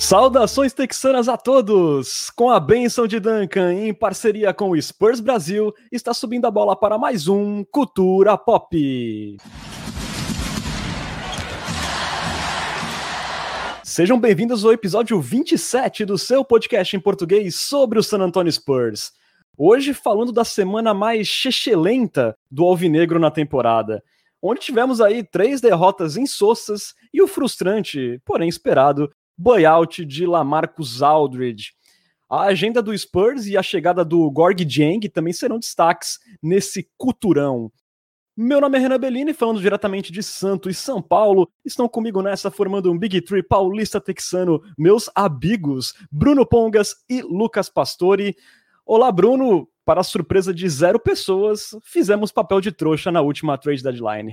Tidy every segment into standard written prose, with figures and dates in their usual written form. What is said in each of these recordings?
Saudações texanas a todos! Com a bênção de Duncan, em parceria com o Spurs Brasil, está subindo a bola para mais um Cultura Pop. Sejam bem-vindos ao episódio 27 do seu podcast em português sobre o San Antonio Spurs. Hoje falando da semana mais chechelenta do Alvinegro na temporada, onde tivemos aí 3 derrotas insossas e o frustrante, porém esperado, buyout de LaMarcus Aldridge. A agenda do Spurs e a chegada do Gorgui Dieng também serão destaques nesse culturão. Meu nome é Renan Bellini, falando diretamente de Santos e São Paulo. Estão comigo nessa, formando um Big Three paulista texano, meus amigos Bruno Pongas e Lucas Pastore. Olá, Bruno. Para a surpresa de 0 pessoas, fizemos papel de trouxa na última trade deadline.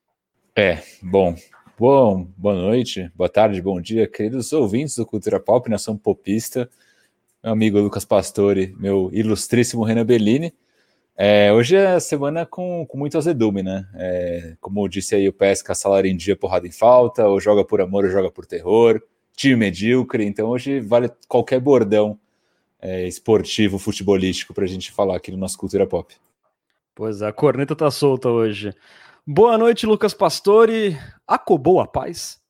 Boa noite, boa tarde, bom dia, queridos ouvintes do Cultura Pop, Nação Popista, meu amigo Lucas Pastore, meu ilustríssimo Renan Bellini. Hoje é a semana com muito azedume, né? Como disse aí, o pesca salário em dia, porrada em falta, ou joga por amor ou joga por terror, time medíocre, então hoje vale qualquer bordão esportivo, futebolístico pra gente falar aqui no nosso Cultura Pop. Pois é, a corneta tá solta hoje. Boa noite, Lucas Pastore. Acabou a paz?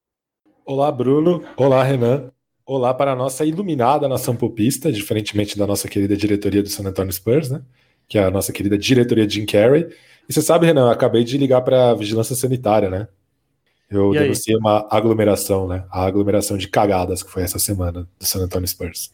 Olá, Bruno. Olá, Renan. Olá para a nossa iluminada nação popista, diferentemente da nossa querida diretoria do San Antonio Spurs, né? Que é a nossa querida diretoria Jim Carrey. E você sabe, Renan, eu acabei de ligar para a vigilância sanitária, né? Eu denunciei uma aglomeração, né? A aglomeração de cagadas que foi essa semana do San Antonio Spurs.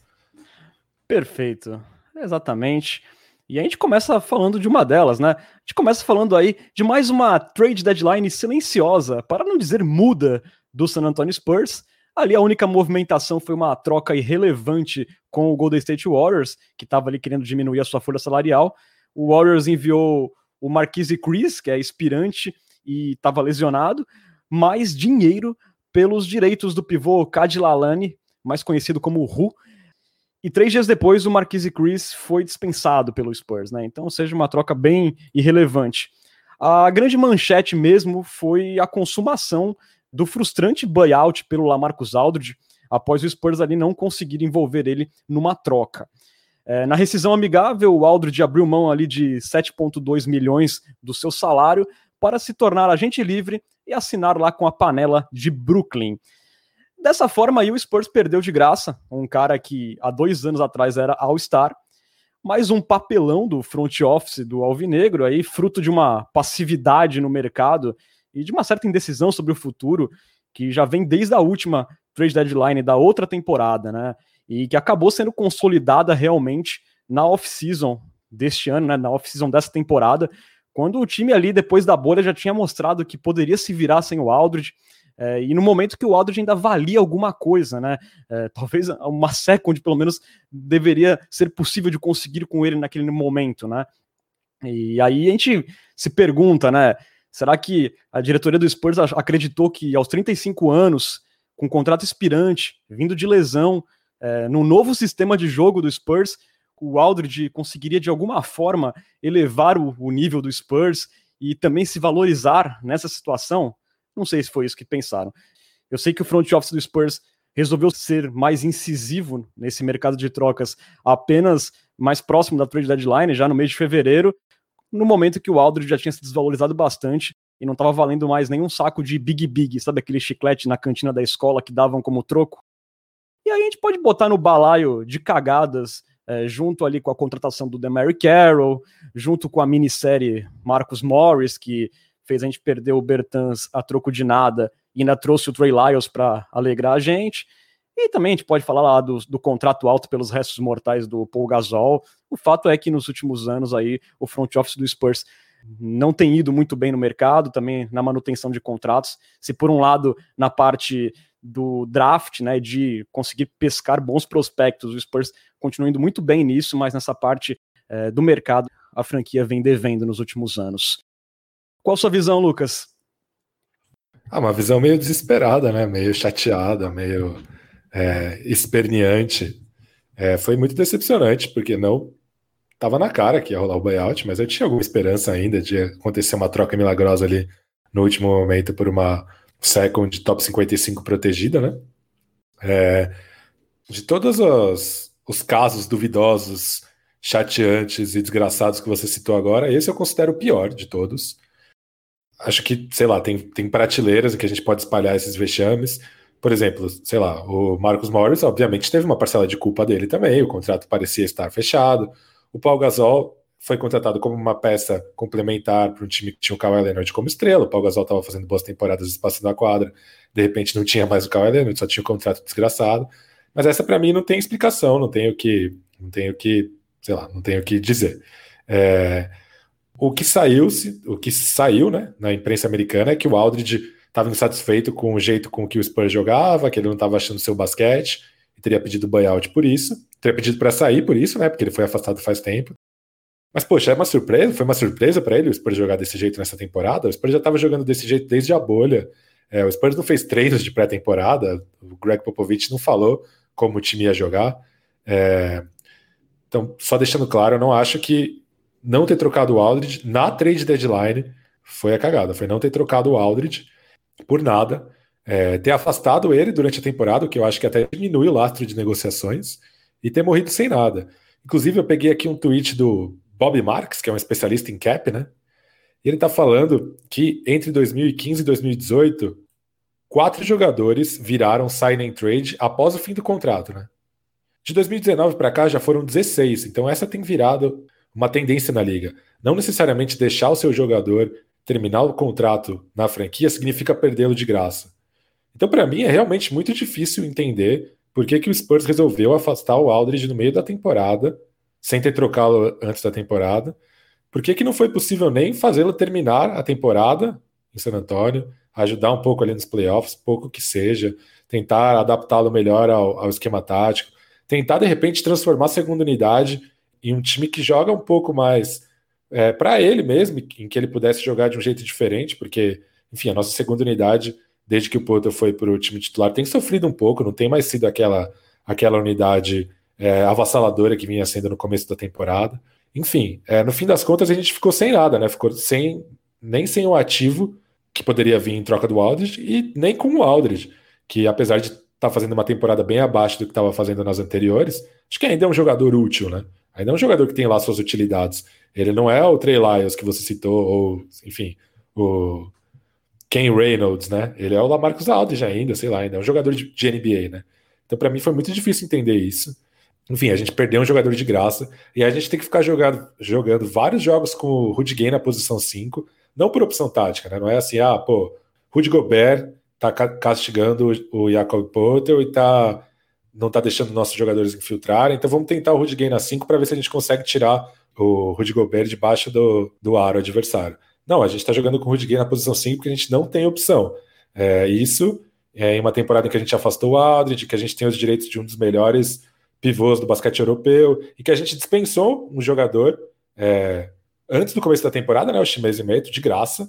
Perfeito. Exatamente. E a gente começa falando de uma delas, né? A gente começa falando aí de mais uma trade deadline silenciosa, para não dizer muda, do San Antonio Spurs. Ali a única movimentação foi uma troca irrelevante com o Golden State Warriors, que estava ali querendo diminuir a sua folha salarial. O Warriors enviou o Marquise Chriss, que é aspirante e estava lesionado, mais dinheiro pelos direitos do pivô Cade Lalane, mais conhecido como Ru. E 3 dias depois, o Marquise Chriss foi dispensado pelo Spurs, né? Então, seja uma troca bem irrelevante. A grande manchete mesmo foi a consumação do frustrante buyout pelo LaMarcus Aldridge, após o Spurs ali não conseguir envolver ele numa troca. Na rescisão amigável, o Aldridge abriu mão ali de 7,2 milhões do seu salário para se tornar agente livre e assinar lá com a panela de Brooklyn. Dessa forma aí o Spurs perdeu de graça um cara que há 2 anos atrás era All-Star, mais um papelão do front office do Alvinegro, aí, fruto de uma passividade no mercado e de uma certa indecisão sobre o futuro, que já vem desde a última trade deadline da outra temporada, né? E que acabou sendo consolidada realmente na off-season deste ano, né? Na off-season dessa temporada, quando o time ali, depois da bolha, já tinha mostrado que poderia se virar sem o Aldridge. E no momento que o Aldridge ainda valia alguma coisa, né? Talvez uma second, pelo menos, deveria ser possível de conseguir com ele naquele momento, né? E aí a gente se pergunta, né? Será que a diretoria do Spurs acreditou que aos 35 anos, com contrato expirante, vindo de lesão, no novo sistema de jogo do Spurs, o Aldridge conseguiria de alguma forma elevar o nível do Spurs e também se valorizar nessa situação? Não sei se foi isso que pensaram. Eu sei que o front office do Spurs resolveu ser mais incisivo nesse mercado de trocas apenas mais próximo da trade deadline, já no mês de fevereiro, no momento que o Aldridge já tinha se desvalorizado bastante e não estava valendo mais nenhum saco de Big, sabe aquele chiclete na cantina da escola que davam como troco? E aí a gente pode botar no balaio de cagadas, junto ali com a contratação do DeMary Carroll, junto com a minissérie Marcus Morris, que fez a gente perder o Bertans a troco de nada e ainda trouxe o Trey Lyles para alegrar a gente. E também a gente pode falar lá do contrato alto pelos restos mortais do Paul Gasol. O fato é que nos últimos anos aí o front office do Spurs não tem ido muito bem no mercado, também na manutenção de contratos. Se por um lado na parte do draft, né, de conseguir pescar bons prospectos, o Spurs continua indo muito bem nisso, mas nessa parte do mercado a franquia vem devendo nos últimos anos. Qual a sua visão, Lucas? Uma visão meio desesperada, né? Meio chateada, meio esperneante. Foi muito decepcionante, porque não estava na cara que ia rolar o buyout, mas eu tinha alguma esperança ainda de acontecer uma troca milagrosa ali no último momento por uma second top 55 protegida, né? De todos os casos duvidosos, chateantes e desgraçados que você citou agora, esse eu considero o pior de todos. Acho que, sei lá, tem prateleiras em que a gente pode espalhar esses vexames. Por exemplo, sei lá, o Marcus Morris, obviamente, teve uma parcela de culpa dele também, o contrato parecia estar fechado. O Paul Gasol foi contratado como uma peça complementar para um time que tinha o Kawhi Leonard como estrela. O Paul Gasol estava fazendo boas temporadas espaçando a quadra, de repente não tinha mais o Kawhi Leonard, só tinha um contrato desgraçado. Mas essa para mim não tem explicação, não tenho o que, sei lá, não tenho o que dizer. O que saiu, né, na imprensa americana é que o Aldridge estava insatisfeito com o jeito com que o Spurs jogava, que ele não estava achando seu basquete, e teria pedido buyout por isso, teria pedido para sair por isso, né, porque ele foi afastado faz tempo. Mas, poxa, foi uma surpresa para ele o Spurs jogar desse jeito nessa temporada? O Spurs já estava jogando desse jeito desde a bolha. O Spurs não fez treinos de pré-temporada, o Greg Popovich não falou como o time ia jogar. Então, só deixando claro, eu não acho que não ter trocado o Aldridge na trade deadline foi a cagada. Foi não ter trocado o Aldridge por nada, ter afastado ele durante a temporada, o que eu acho que até diminui o lastro de negociações, e ter morrido sem nada. Inclusive, eu peguei aqui um tweet do Bob Marks, que é um especialista em cap, né? E ele tá falando que entre 2015 e 2018, 4 jogadores viraram sign and trade após o fim do contrato, né? De 2019 para cá já foram 16, então essa tem virado uma tendência na liga. Não necessariamente deixar o seu jogador terminar o contrato na franquia significa perdê-lo de graça. Então, para mim, é realmente muito difícil entender por que o Spurs resolveu afastar o Aldridge no meio da temporada, sem ter trocá-lo antes da temporada. Por que não foi possível nem fazê-lo terminar a temporada em San Antonio, ajudar um pouco ali nos playoffs, pouco que seja, tentar adaptá-lo melhor ao esquema tático, tentar, de repente, transformar a segunda unidade em um time que joga um pouco mais para ele mesmo, em que ele pudesse jogar de um jeito diferente, porque, enfim, a nossa segunda unidade, desde que o Poeltl foi para o time titular, tem sofrido um pouco, não tem mais sido aquela unidade avassaladora que vinha sendo no começo da temporada. Enfim, no fim das contas a gente ficou sem nada, né? Ficou nem sem o ativo que poderia vir em troca do Aldridge e nem com o Aldridge, que apesar de estar fazendo uma temporada bem abaixo do que estava fazendo nas anteriores, acho que ainda é um jogador útil, né? Ainda é um jogador que tem lá suas utilidades. Ele não é o Trey Lyles que você citou, ou, enfim, o Ken Reynolds, né? Ele é o Lamarcus Aldridge ainda, sei lá, ainda é um jogador de NBA, né? Então, para mim, foi muito difícil entender isso. Enfim, a gente perdeu um jogador de graça e a gente tem que ficar jogando vários jogos com o Rudy Gay na posição 5, não por opção tática, né? Não é assim, Rudy Gobert tá castigando o Jakob Poeltl e não tá deixando nossos jogadores infiltrarem, então vamos tentar o Rudy Gay na 5 para ver se a gente consegue tirar o Rudy Gobert debaixo do aro adversário. Não, a gente tá jogando com o Rudy Gay na posição 5 porque a gente não tem opção. Isso em uma temporada em que a gente afastou o Aldridge, que a gente tem os direitos de um dos melhores pivôs do basquete europeu, e que a gente dispensou um jogador antes do começo da temporada, né, o Chimezie Meto, de graça,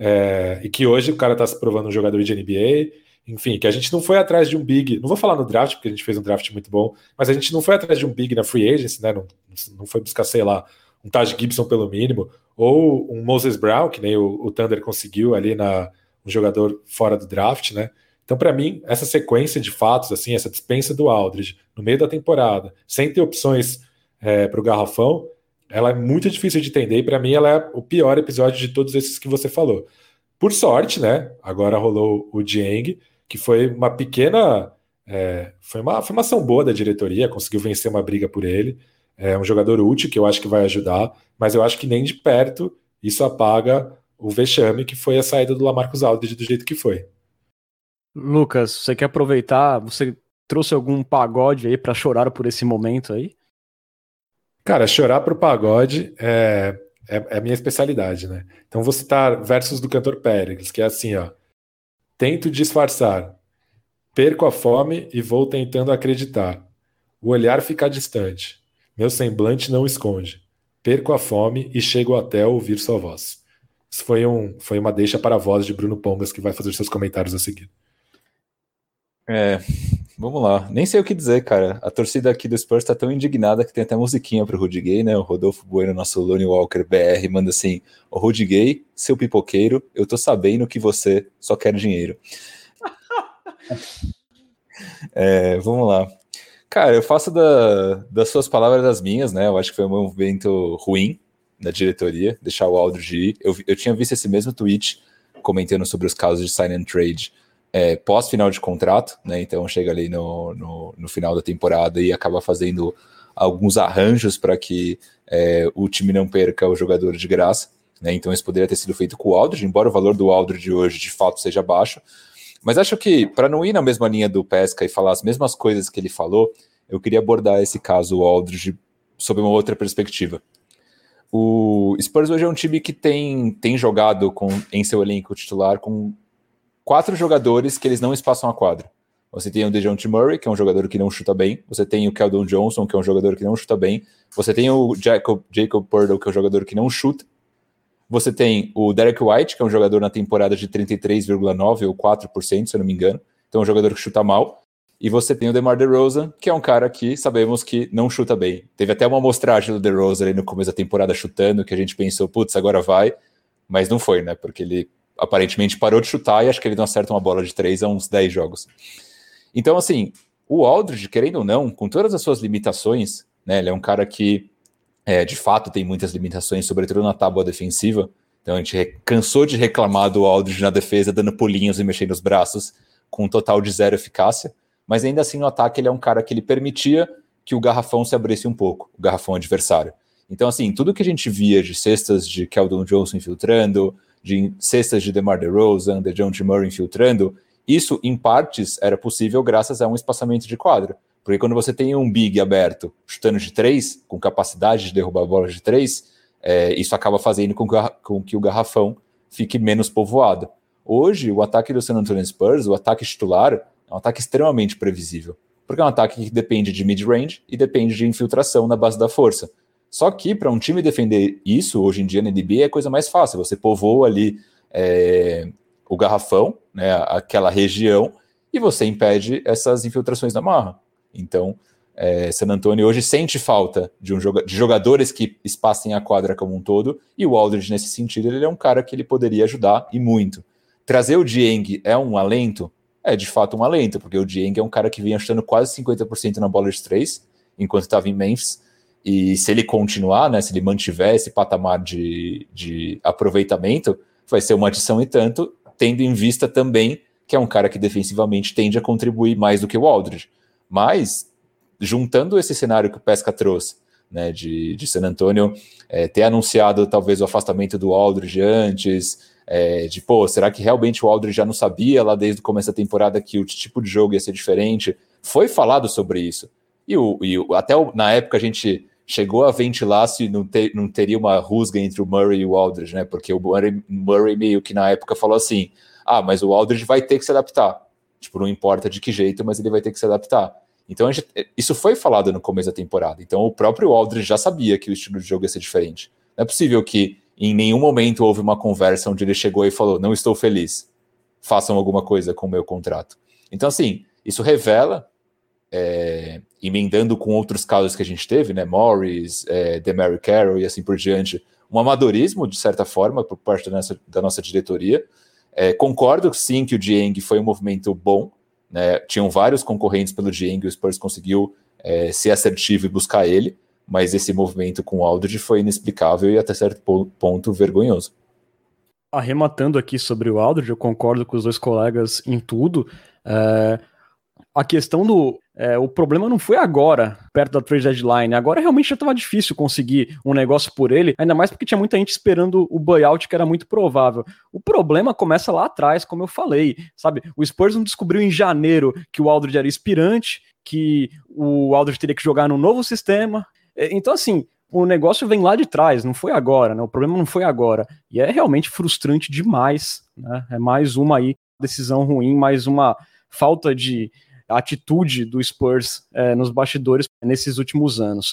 e que hoje o cara está se provando um jogador de NBA, enfim, que a gente não foi atrás de um big, não vou falar no draft, porque a gente fez um draft muito bom, mas a gente não foi atrás de um big na free agency, né, não foi buscar, sei lá, um Taj Gibson pelo mínimo, ou um Moses Brown, que nem o Thunder conseguiu ali um jogador fora do draft, né. Então, para mim, essa sequência de fatos, assim, essa dispensa do Aldridge no meio da temporada, sem ter opções para o garrafão, ela é muito difícil de entender e, para mim, ela é o pior episódio de todos esses que você falou. Por sorte, né? Agora rolou o Dieng, que foi uma pequena... foi uma ação boa da diretoria, conseguiu vencer uma briga por ele. É um jogador útil que eu acho que vai ajudar, mas eu acho que nem de perto isso apaga o vexame que foi a saída do Lamarcus Aldridge do jeito que foi. Lucas, você quer aproveitar? Você trouxe algum pagode aí pra chorar por esse momento aí? Cara, chorar pro pagode é a minha especialidade, né? Então vou citar versos do cantor Péricles, que é assim, ó. Tento disfarçar, perco a fome e vou tentando acreditar. O olhar fica distante, meu semblante não esconde. Perco a fome e chego até a ouvir sua voz. Isso foi uma deixa para a voz de Bruno Pongas, que vai fazer seus comentários a seguir. Vamos lá. Nem sei o que dizer, cara. A torcida aqui do Spurs tá tão indignada que tem até musiquinha pro Rudy Gay, né? O Rodolfo Bueno, nosso Lonnie Walker BR, manda assim: o Rudy Gay, seu pipoqueiro, eu tô sabendo que você só quer dinheiro. Vamos lá. Cara, eu faço das suas palavras as minhas, né? Eu acho que foi um movimento ruim da diretoria, deixar o Aldridge ir. Eu tinha visto esse mesmo tweet comentando sobre os casos de sign and trade pós-final de contrato, né? Então chega ali no final da temporada e acaba fazendo alguns arranjos para que o time não perca o jogador de graça, né? Então isso poderia ter sido feito com o Aldridge, embora o valor do Aldridge hoje de fato seja baixo. Mas acho que, para não ir na mesma linha do Pesca e falar as mesmas coisas que ele falou, eu queria abordar esse caso, o Aldridge, sob uma outra perspectiva. O Spurs hoje é um time que tem jogado em seu elenco titular com 4 jogadores que eles não espaçam a quadra. Você tem o DeJounte Murray, que é um jogador que não chuta bem. Você tem o Keldon Johnson, que é um jogador que não chuta bem. Você tem o Jacob Poeltl, que é um jogador que não chuta. Você tem o Derek White, que é um jogador na temporada de 33,9% ou 4%, se eu não me engano. Então é um jogador que chuta mal. E você tem o DeMar DeRozan, que é um cara que sabemos que não chuta bem. Teve até uma amostragem do DeRozan ali no começo da temporada chutando, que a gente pensou, putz, agora vai. Mas não foi, né? Porque ele aparentemente parou de chutar e acho que ele não acerta uma bola de 3 há uns 10 jogos. Então, assim, o Aldridge, querendo ou não, com todas as suas limitações, né? Ele é um cara que de fato tem muitas limitações, sobretudo na tábua defensiva. Então a gente cansou de reclamar do Aldridge na defesa, dando pulinhos e mexendo os braços, com um total de 0 eficácia, mas ainda assim no ataque ele é um cara que ele permitia que o garrafão se abrisse um pouco, o garrafão adversário. Então assim, tudo que a gente via de cestas de Keldon Johnson infiltrando, de cestas de DeMar DeRozan, de DeJounte Murray infiltrando, isso em partes era possível graças a um espaçamento de quadra. Porque quando você tem um big aberto, chutando de 3, com capacidade de derrubar a bola de 3, isso acaba fazendo com que o garrafão fique menos povoado. Hoje, o ataque do San Antonio Spurs, o ataque titular, é um ataque extremamente previsível. Porque é um ataque que depende de mid-range e depende de infiltração na base da força. Só que, para um time defender isso, hoje em dia na NBA, é a coisa mais fácil. Você povoa ali o garrafão, né, aquela região, e você impede essas infiltrações da marra. Então, San Antonio hoje sente falta de jogadores que espassem a quadra como um todo, e o Aldridge, nesse sentido, ele é um cara que ele poderia ajudar, e muito. Trazer o Dieng é um alento? É, de fato, um alento, porque o Dieng é um cara que vinha chutando quase 50% na bola de 3, enquanto estava em Memphis, e se ele continuar, né, se ele mantiver esse patamar de aproveitamento, vai ser uma adição e tanto, tendo em vista também que é um cara que defensivamente tende a contribuir mais do que o Aldridge. Mas, juntando esse cenário que o Pesca trouxe, né, de San Antonio, ter anunciado talvez o afastamento do Aldridge antes, será que realmente o Aldridge já não sabia lá desde o começo da temporada que o tipo de jogo ia ser diferente? Foi falado sobre isso. Até na época a gente chegou a ventilar se não teria uma rusga entre o Murray e o Aldridge, né? Porque o Murray meio que na época falou assim, mas o Aldridge vai ter que se adaptar. Tipo, não importa de que jeito, mas ele vai ter que se adaptar. Então, isso foi falado no começo da temporada. Então, o próprio Aldridge já sabia que o estilo de jogo ia ser diferente. Não é possível que em nenhum momento houve uma conversa onde ele chegou e falou, não estou feliz, façam alguma coisa com o meu contrato. Então, assim, isso revela, emendando com outros casos que a gente teve, né, Morris, DeMary Carroll e assim por diante, um amadorismo, de certa forma, por parte da nossa diretoria. Concordo, sim, que o Dieng foi um movimento bom, né? Tinham vários concorrentes pelo Dieng, o Spurs conseguiu ser assertivo e buscar ele, mas esse movimento com o Aldridge foi inexplicável e até certo ponto vergonhoso. Arrematando aqui sobre o Aldridge, eu concordo com os dois colegas em tudo. A questão o problema não foi agora, perto da trade deadline. Agora realmente já estava difícil conseguir um negócio por ele, ainda mais porque tinha muita gente esperando o buyout, que era muito provável. O problema começa lá atrás, como eu falei, sabe? O Spurs não descobriu em janeiro que o Aldridge era inspirante, que o Aldridge teria que jogar num novo sistema. Então, assim, o negócio vem lá de trás, não foi agora, né? O problema não foi agora. E é realmente frustrante demais, né? É mais uma aí decisão ruim, mais uma falta de atitude do Spurs nos bastidores nesses últimos anos.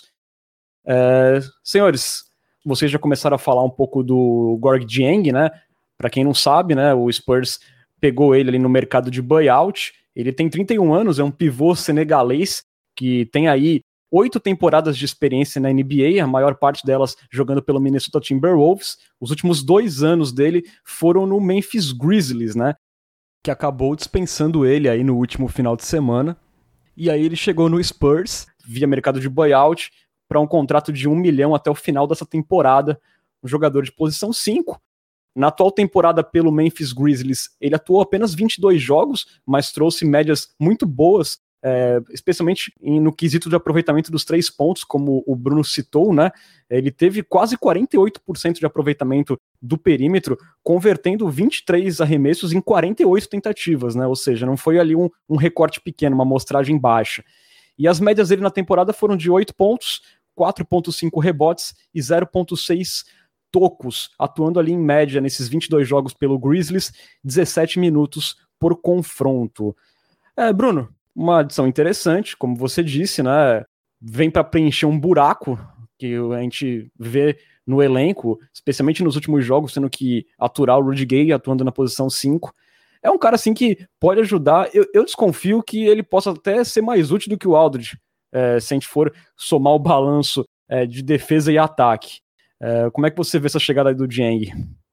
Senhores, vocês já começaram a falar um pouco do Gorgui Dieng, né? Para quem não sabe, né, o Spurs pegou ele ali no mercado de buyout. Ele tem 31 anos, é um pivô senegalês que tem aí 8 temporadas de experiência na NBA, a maior parte delas jogando pelo Minnesota Timberwolves. Os últimos 2 anos dele foram no Memphis Grizzlies, né? que acabou dispensando ele aí no último final de semana. E aí ele chegou no Spurs, via mercado de buyout, para um contrato de 1 milhão até o final dessa temporada, um jogador de posição 5. Na atual temporada pelo Memphis Grizzlies, ele atuou apenas 22 jogos, mas trouxe médias muito boas, especialmente no quesito de aproveitamento dos 3 pontos, como o Bruno citou, né? Ele teve quase 48% de aproveitamento do perímetro, convertendo 23 arremessos em 48 tentativas, né? Ou seja, não foi ali um recorte pequeno, uma amostragem baixa. E as médias dele na temporada foram de 8 pontos, 4,5 rebotes e 0,6 tocos, atuando ali em média nesses 22 jogos pelo Grizzlies, 17 minutos por confronto. Bruno, uma adição interessante, como você disse, né? Vem para preencher um buraco que a gente vê no elenco, especialmente nos últimos jogos, sendo que aturar o Rudy Gay atuando na posição 5. É um cara assim que pode ajudar. Eu desconfio que ele possa até ser mais útil do que o Aldridge, se a gente for somar o balanço de defesa e ataque. Como é que você vê essa chegada aí do Dieng?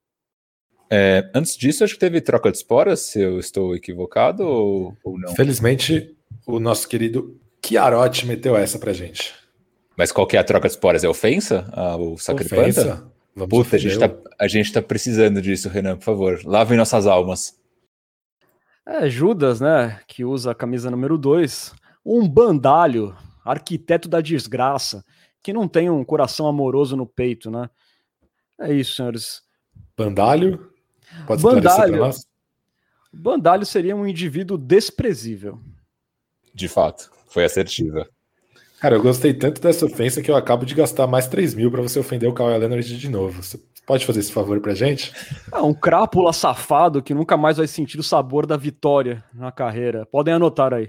Antes disso, acho que teve troca de esporas, se eu estou equivocado ou não. Felizmente, o nosso querido Chiarotti meteu essa pra gente. Mas qual que é a troca de esporas? É ofensa? O saco de planta? Puta, a gente tá precisando disso, Renan, por favor. Lavem nossas almas. Judas, né, que usa a camisa número 2, um bandalho, arquiteto da desgraça, que não tem um coração amoroso no peito, né? É isso, senhores. Bandalho? Pode esclarecer para nós? Bandalho seria um indivíduo desprezível. De fato, foi assertiva. Cara, eu gostei tanto dessa ofensa que eu acabo de gastar mais 3 mil para você ofender o Kawhi Leonard de novo. Você pode fazer esse favor pra gente? Um crápula safado que nunca mais vai sentir o sabor da vitória na carreira. Podem anotar aí.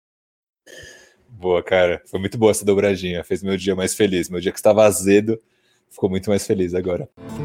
Boa, cara. Foi muito boa essa dobradinha. Fez meu dia mais feliz. Meu dia que estava azedo ficou muito mais feliz agora.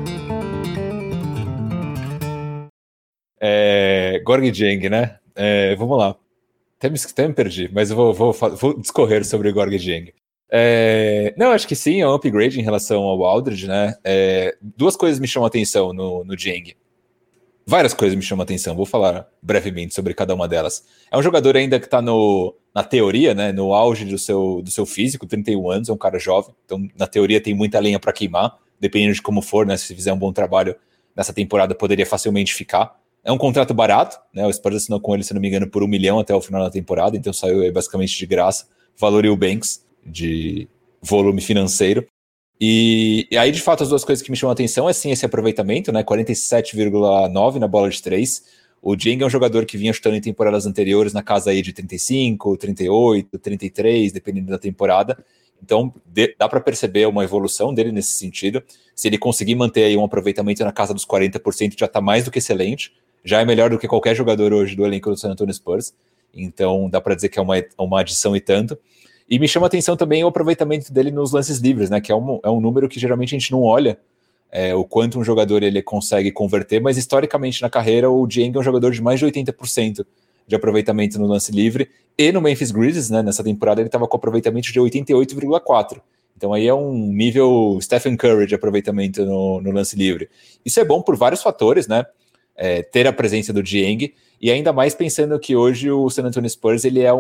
Gorgui Dieng, né? Vamos lá. Até me perdi, mas eu vou discorrer sobre o Gorgui Dieng. Não, acho que sim, é um upgrade em relação ao Aldridge, né? Duas coisas me chamam a atenção no Dieng. Várias coisas me chamam a atenção, vou falar brevemente sobre cada uma delas. É um jogador ainda que está na teoria, né, no auge do seu físico, 31 anos, é um cara jovem, então na teoria tem muita lenha para queimar, dependendo de como for, né, se fizer um bom trabalho nessa temporada poderia facilmente ficar. É um contrato barato, né, o Spurs assinou com ele, se não me engano, por 1 milhão até o final da temporada, então saiu aí basicamente de graça, valor Eubanks de volume financeiro. E aí, de fato, as duas coisas que me chamam a atenção é sim esse aproveitamento, né? 47,9 na bola de 3. O Dieng é um jogador que vinha chutando em temporadas anteriores na casa aí de 35, 38, 33, dependendo da temporada. Então, dá para perceber uma evolução dele nesse sentido. Se ele conseguir manter aí um aproveitamento na casa dos 40%, já está mais do que excelente. Já é melhor do que qualquer jogador hoje do elenco do San Antonio Spurs. Então, dá para dizer que é uma adição e tanto. E me chama a atenção também o aproveitamento dele nos lances livres, né? Que é um número que geralmente a gente não olha o quanto um jogador ele consegue converter, mas historicamente na carreira o Dieng é um jogador de mais de 80% de aproveitamento no lance livre, e no Memphis Grizzlies, né, nessa temporada ele estava com aproveitamento de 88,4%. Então aí é um nível Stephen Curry de aproveitamento no lance livre. Isso é bom por vários fatores, né? Ter a presença do Dieng, e ainda mais pensando que hoje o San Antonio Spurs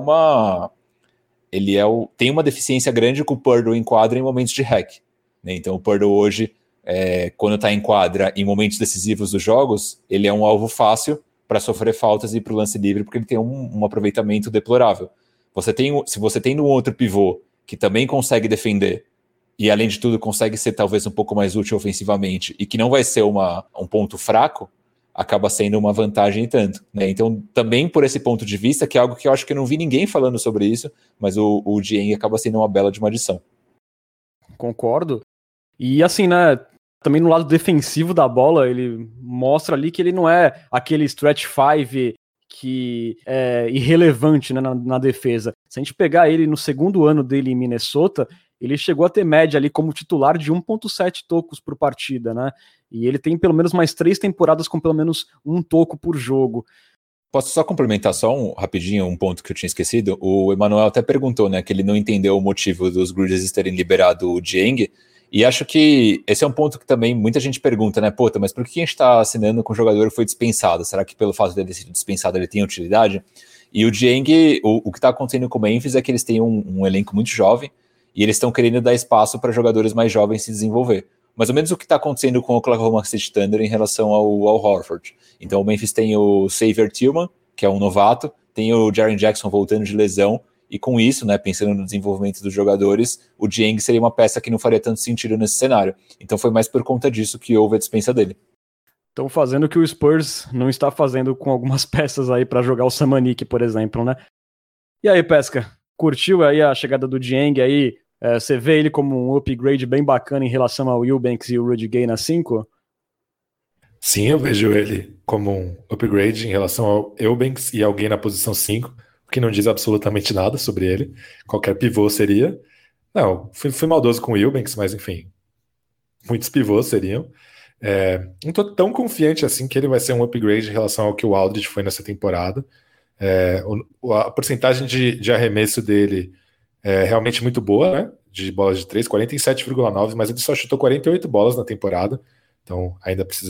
tem uma deficiência grande com o Poeltl em quadra em momentos de hack, né? Então o Poeltl hoje, quando está em quadra em momentos decisivos dos jogos, ele é um alvo fácil para sofrer faltas e ir para o lance livre, porque ele tem um aproveitamento deplorável. Se você tem um outro pivô que também consegue defender e além de tudo consegue ser talvez um pouco mais útil ofensivamente e que não vai ser um ponto fraco, acaba sendo uma vantagem e tanto, né? Então, também por esse ponto de vista, que é algo que eu acho que eu não vi ninguém falando sobre isso, mas o Dieng acaba sendo uma bela de uma adição. Concordo. E assim, né, também no lado defensivo da bola, ele mostra ali que ele não é aquele stretch five que é irrelevante, né, na defesa. Se a gente pegar ele no segundo ano dele em Minnesota, ele chegou a ter média ali como titular de 1,7 tocos por partida, né? E ele tem pelo menos mais 3 temporadas com pelo menos 1 toco por jogo. Posso só complementar rapidinho um ponto que eu tinha esquecido? O Emanuel até perguntou, né, que ele não entendeu o motivo dos Grizzlies terem liberado o Dieng, E acho que esse é um ponto que também muita gente pergunta, né? Pô, mas por que a gente está assinando com um jogador que foi dispensado? Será que pelo fato dele ter sido dispensado ele tem utilidade? E o Dieng, o que está acontecendo com o Memphis é que eles têm um elenco muito jovem e eles estão querendo dar espaço para jogadores mais jovens se desenvolver. Mais ou menos o que está acontecendo com o Oklahoma City Thunder em relação ao Horford. Então o Memphis tem o Xavier Tillman, que é um novato, tem o Jaren Jackson voltando de lesão, e com isso, né, pensando no desenvolvimento dos jogadores, o Dieng seria uma peça que não faria tanto sentido nesse cenário. Então foi mais por conta disso que houve a dispensa dele. Estão fazendo o que o Spurs não está fazendo com algumas peças aí para jogar o Samanik, por exemplo, né? E aí, Pesca, curtiu aí a chegada do Dieng aí? Você vê ele como um upgrade bem bacana em relação ao Eubanks e o Rudy Gay na 5? Sim, eu vejo ele como um upgrade em relação ao Eubanks e alguém na posição 5, o que não diz absolutamente nada sobre ele. Qualquer pivô seria. Não, fui maldoso com o Eubanks, mas enfim, muitos pivôs seriam. Não tô tão confiante assim que ele vai ser um upgrade em relação ao que o Aldridge foi nessa temporada. A porcentagem de arremesso dele é realmente muito boa, né? De bolas de 3, 47,9, mas ele só chutou 48 bolas na temporada, então ainda precisa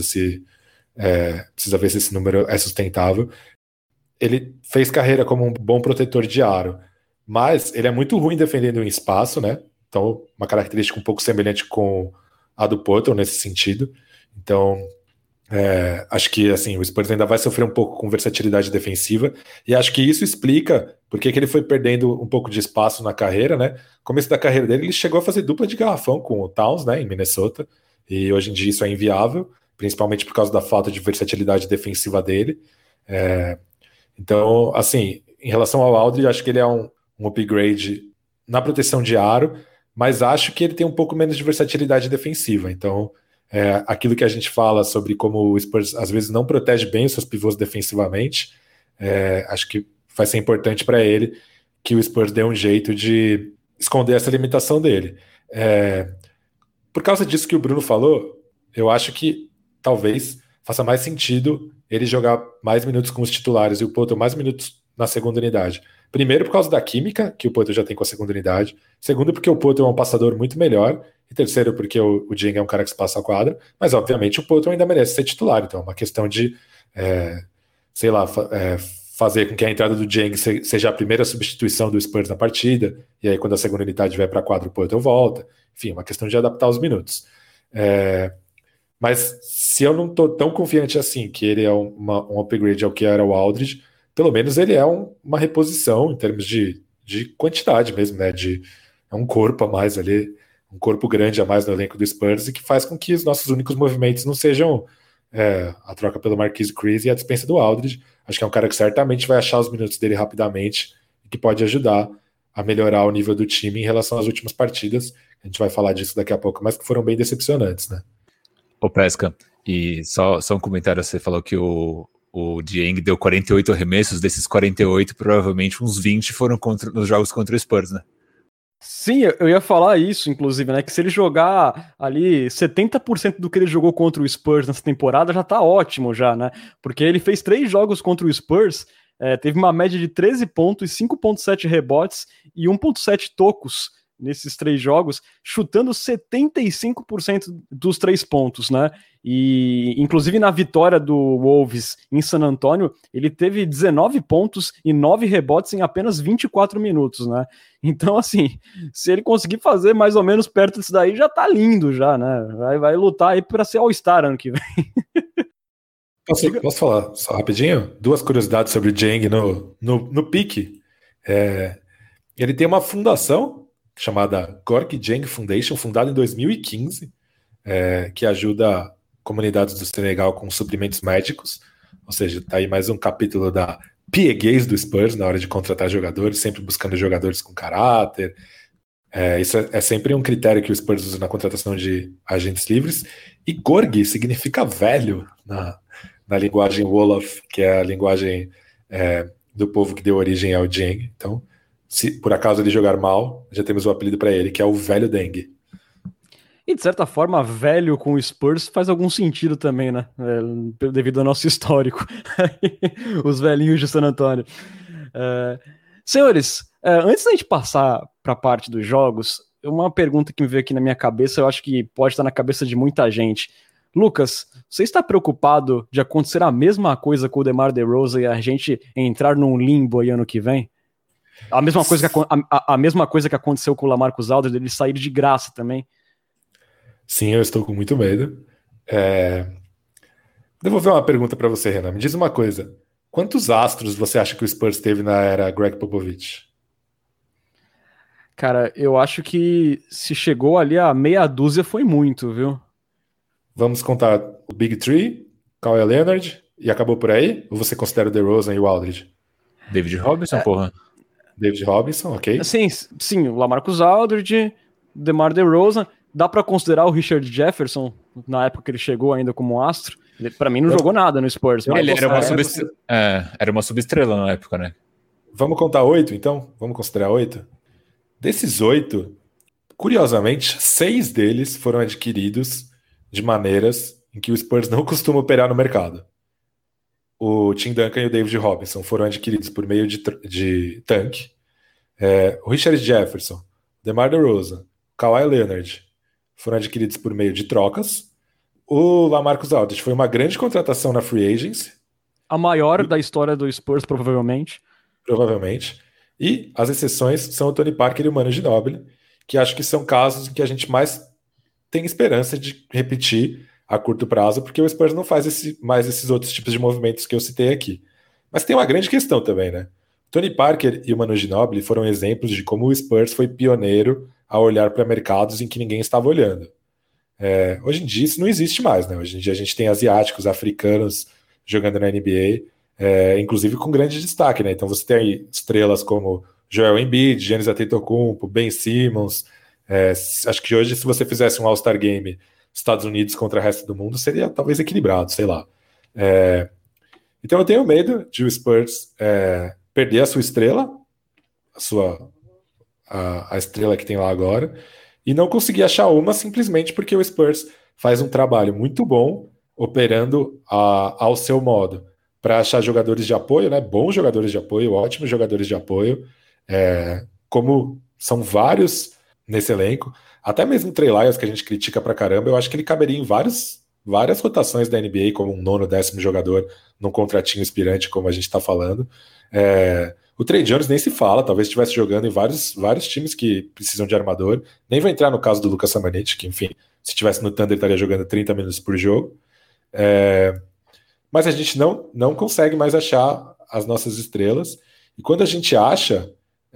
ver se esse número é sustentável. Ele fez carreira como um bom protetor de aro, mas ele é muito ruim defendendo em espaço, né? Então, uma característica um pouco semelhante com a do Porto nesse sentido. Então, acho que assim, o Spurs ainda vai sofrer um pouco com versatilidade defensiva, e acho que isso explica porque que ele foi perdendo um pouco de espaço na carreira, né? No começo da carreira dele, ele chegou a fazer dupla de garrafão com o Towns, né, em Minnesota, e hoje em dia isso é inviável, principalmente por causa da falta de versatilidade defensiva dele. Então, assim, em relação ao Aldridge, acho que ele é um upgrade na proteção de aro, mas acho que ele tem um pouco menos de versatilidade defensiva. Então, aquilo que a gente fala sobre como o Spurs às vezes não protege bem os seus pivôs defensivamente, acho que vai ser importante para ele que o Spurs dê um jeito de esconder essa limitação dele. Por causa disso que o Bruno falou, eu acho que talvez faça mais sentido ele jogar mais minutos com os titulares e o Poto mais minutos na segunda unidade. Primeiro, por causa da química que o Poto já tem com a segunda unidade. Segundo, porque o Poto é um passador muito melhor. E terceiro, porque o Dieng é um cara que se passa a quadra. Mas, obviamente, o Poto ainda merece ser titular. Então, é uma questão de, fazer com que a entrada do Dieng seja a primeira substituição do Spurs na partida. E aí, quando a segunda unidade vai para a quadra, o Poto volta. Enfim, uma questão de adaptar os minutos. Mas se eu não estou tão confiante assim que ele é um upgrade ao que era o Aldridge, pelo menos ele é uma reposição em termos de quantidade mesmo, né? É um corpo a mais ali, um corpo grande a mais no elenco do Spurs, e que faz com que os nossos únicos movimentos não sejam a troca pelo Marquise Chris e a dispensa do Aldridge. Acho que é um cara que certamente vai achar os minutos dele rapidamente e que pode ajudar a melhorar o nível do time em relação às últimas partidas. A gente vai falar disso daqui a pouco, mas que foram bem decepcionantes, né? Ô Pesca, e só um comentário, você falou que o Dieng deu 48 arremessos, desses 48, provavelmente uns 20 foram nos jogos contra o Spurs, né? Sim, eu ia falar isso, inclusive, né? Que se ele jogar ali 70% do que ele jogou contra o Spurs nessa temporada, já tá ótimo já, né? Porque ele fez 3 jogos contra o Spurs, teve uma média de 13 pontos, 5,7 rebotes e 1,7 tocos nesses 3 jogos, chutando 75% dos 3 pontos, né? E, inclusive, na vitória do Wolves em San Antonio, ele teve 19 pontos e 9 rebotes em apenas 24 minutos, né? Então, assim, se ele conseguir fazer mais ou menos perto disso daí, já tá lindo já, né? Vai lutar aí para ser All-Star ano que vem. Posso falar só rapidinho? 2 curiosidades sobre o Dieng no pique. Ele tem uma fundação chamada Gorky Dieng Foundation, fundada em 2015, que ajuda comunidades do Senegal com suprimentos médicos, ou seja, tá aí mais um capítulo da pieguez do Spurs na hora de contratar jogadores, sempre buscando jogadores com caráter. Isso é sempre um critério que o Spurs usa na contratação de agentes livres. E Gorgi significa velho na linguagem Wolof, que é a linguagem do povo que deu origem ao Dieng. Então, se por acaso ele jogar mal, já temos o apelido para ele, que é o velho Dengue. E de certa forma, velho com o Spurs faz algum sentido também, né? Devido ao nosso histórico. Os velhinhos de San Antonio. Senhores, antes da gente passar para a parte dos jogos, uma pergunta que me veio aqui na minha cabeça, eu acho que pode estar na cabeça de muita gente. Lucas, você está preocupado de acontecer a mesma coisa com o DeMar DeRozan e a gente entrar num limbo aí ano que vem? A mesma coisa que aconteceu com o LaMarcus Aldridge, ele sair de graça também? Sim, eu estou com muito medo. Devolver uma pergunta para você, Renan. Me diz uma coisa. Quantos astros você acha que o Spurs teve na era Greg Popovich? Cara, eu acho que se chegou ali a meia dúzia foi muito, viu? Vamos contar o Big Three, Kawhi Leonard, e acabou por aí? Ou você considera o DeRozan e o Aldridge? David Robinson, porra. David Robinson, ok. Sim, o LaMarcus Aldridge, DeMar DeRozan. Dá pra considerar o Richard Jefferson, na época que ele chegou ainda como astro? Pra mim não jogou nada no Spurs. Ele era uma subestrela na época, né? Vamos contar 8, então? Vamos considerar 8? Desses 8, curiosamente, 6 deles foram adquiridos de maneiras em que o Spurs não costuma operar no mercado. O Tim Duncan e o David Robinson foram adquiridos por meio de tanque. O Richard Jefferson, DeMar DeRozan, Kawhi Leonard foram adquiridos por meio de trocas. O LaMarcus Aldridge foi uma grande contratação na Free Agency. A maior da história do Spurs, provavelmente. Provavelmente. E as exceções são o Tony Parker e o Manu Ginobili, que acho que são casos em que a gente mais tem esperança de repetir a curto prazo, porque o Spurs não faz mais esses outros tipos de movimentos que eu citei aqui. Mas tem uma grande questão também, né? Tony Parker e o Manu Ginobili foram exemplos de como o Spurs foi pioneiro a olhar para mercados em que ninguém estava olhando. Hoje em dia isso não existe mais, né? Hoje em dia a gente tem asiáticos, africanos jogando na NBA, inclusive com grande destaque, né? Então você tem aí estrelas como Joel Embiid, Giannis Antetokounmpo, Ben Simmons. Acho que hoje, se você fizesse um All-Star Game Estados Unidos contra o resto do mundo, seria talvez equilibrado, sei lá. Então eu tenho medo de o Spurs perder a sua estrela, a estrela que tem lá agora, e não conseguir achar uma simplesmente porque o Spurs faz um trabalho muito bom operando ao seu modo para achar jogadores de apoio, né? Bons jogadores de apoio, ótimos jogadores de apoio, como são vários nesse elenco. Até mesmo o Trey Lyles, que a gente critica pra caramba, eu acho que ele caberia em várias rotações da NBA, como um 9º, 10º jogador num contratinho inspirante, como a gente tá falando. O Trey Jones nem se fala, talvez estivesse jogando em vários times que precisam de armador. Nem vou entrar no caso do Lucas Samanic, que, enfim, se estivesse no Thunder estaria jogando 30 minutos por jogo. Mas a gente não consegue mais achar as nossas estrelas. E quando a gente acha,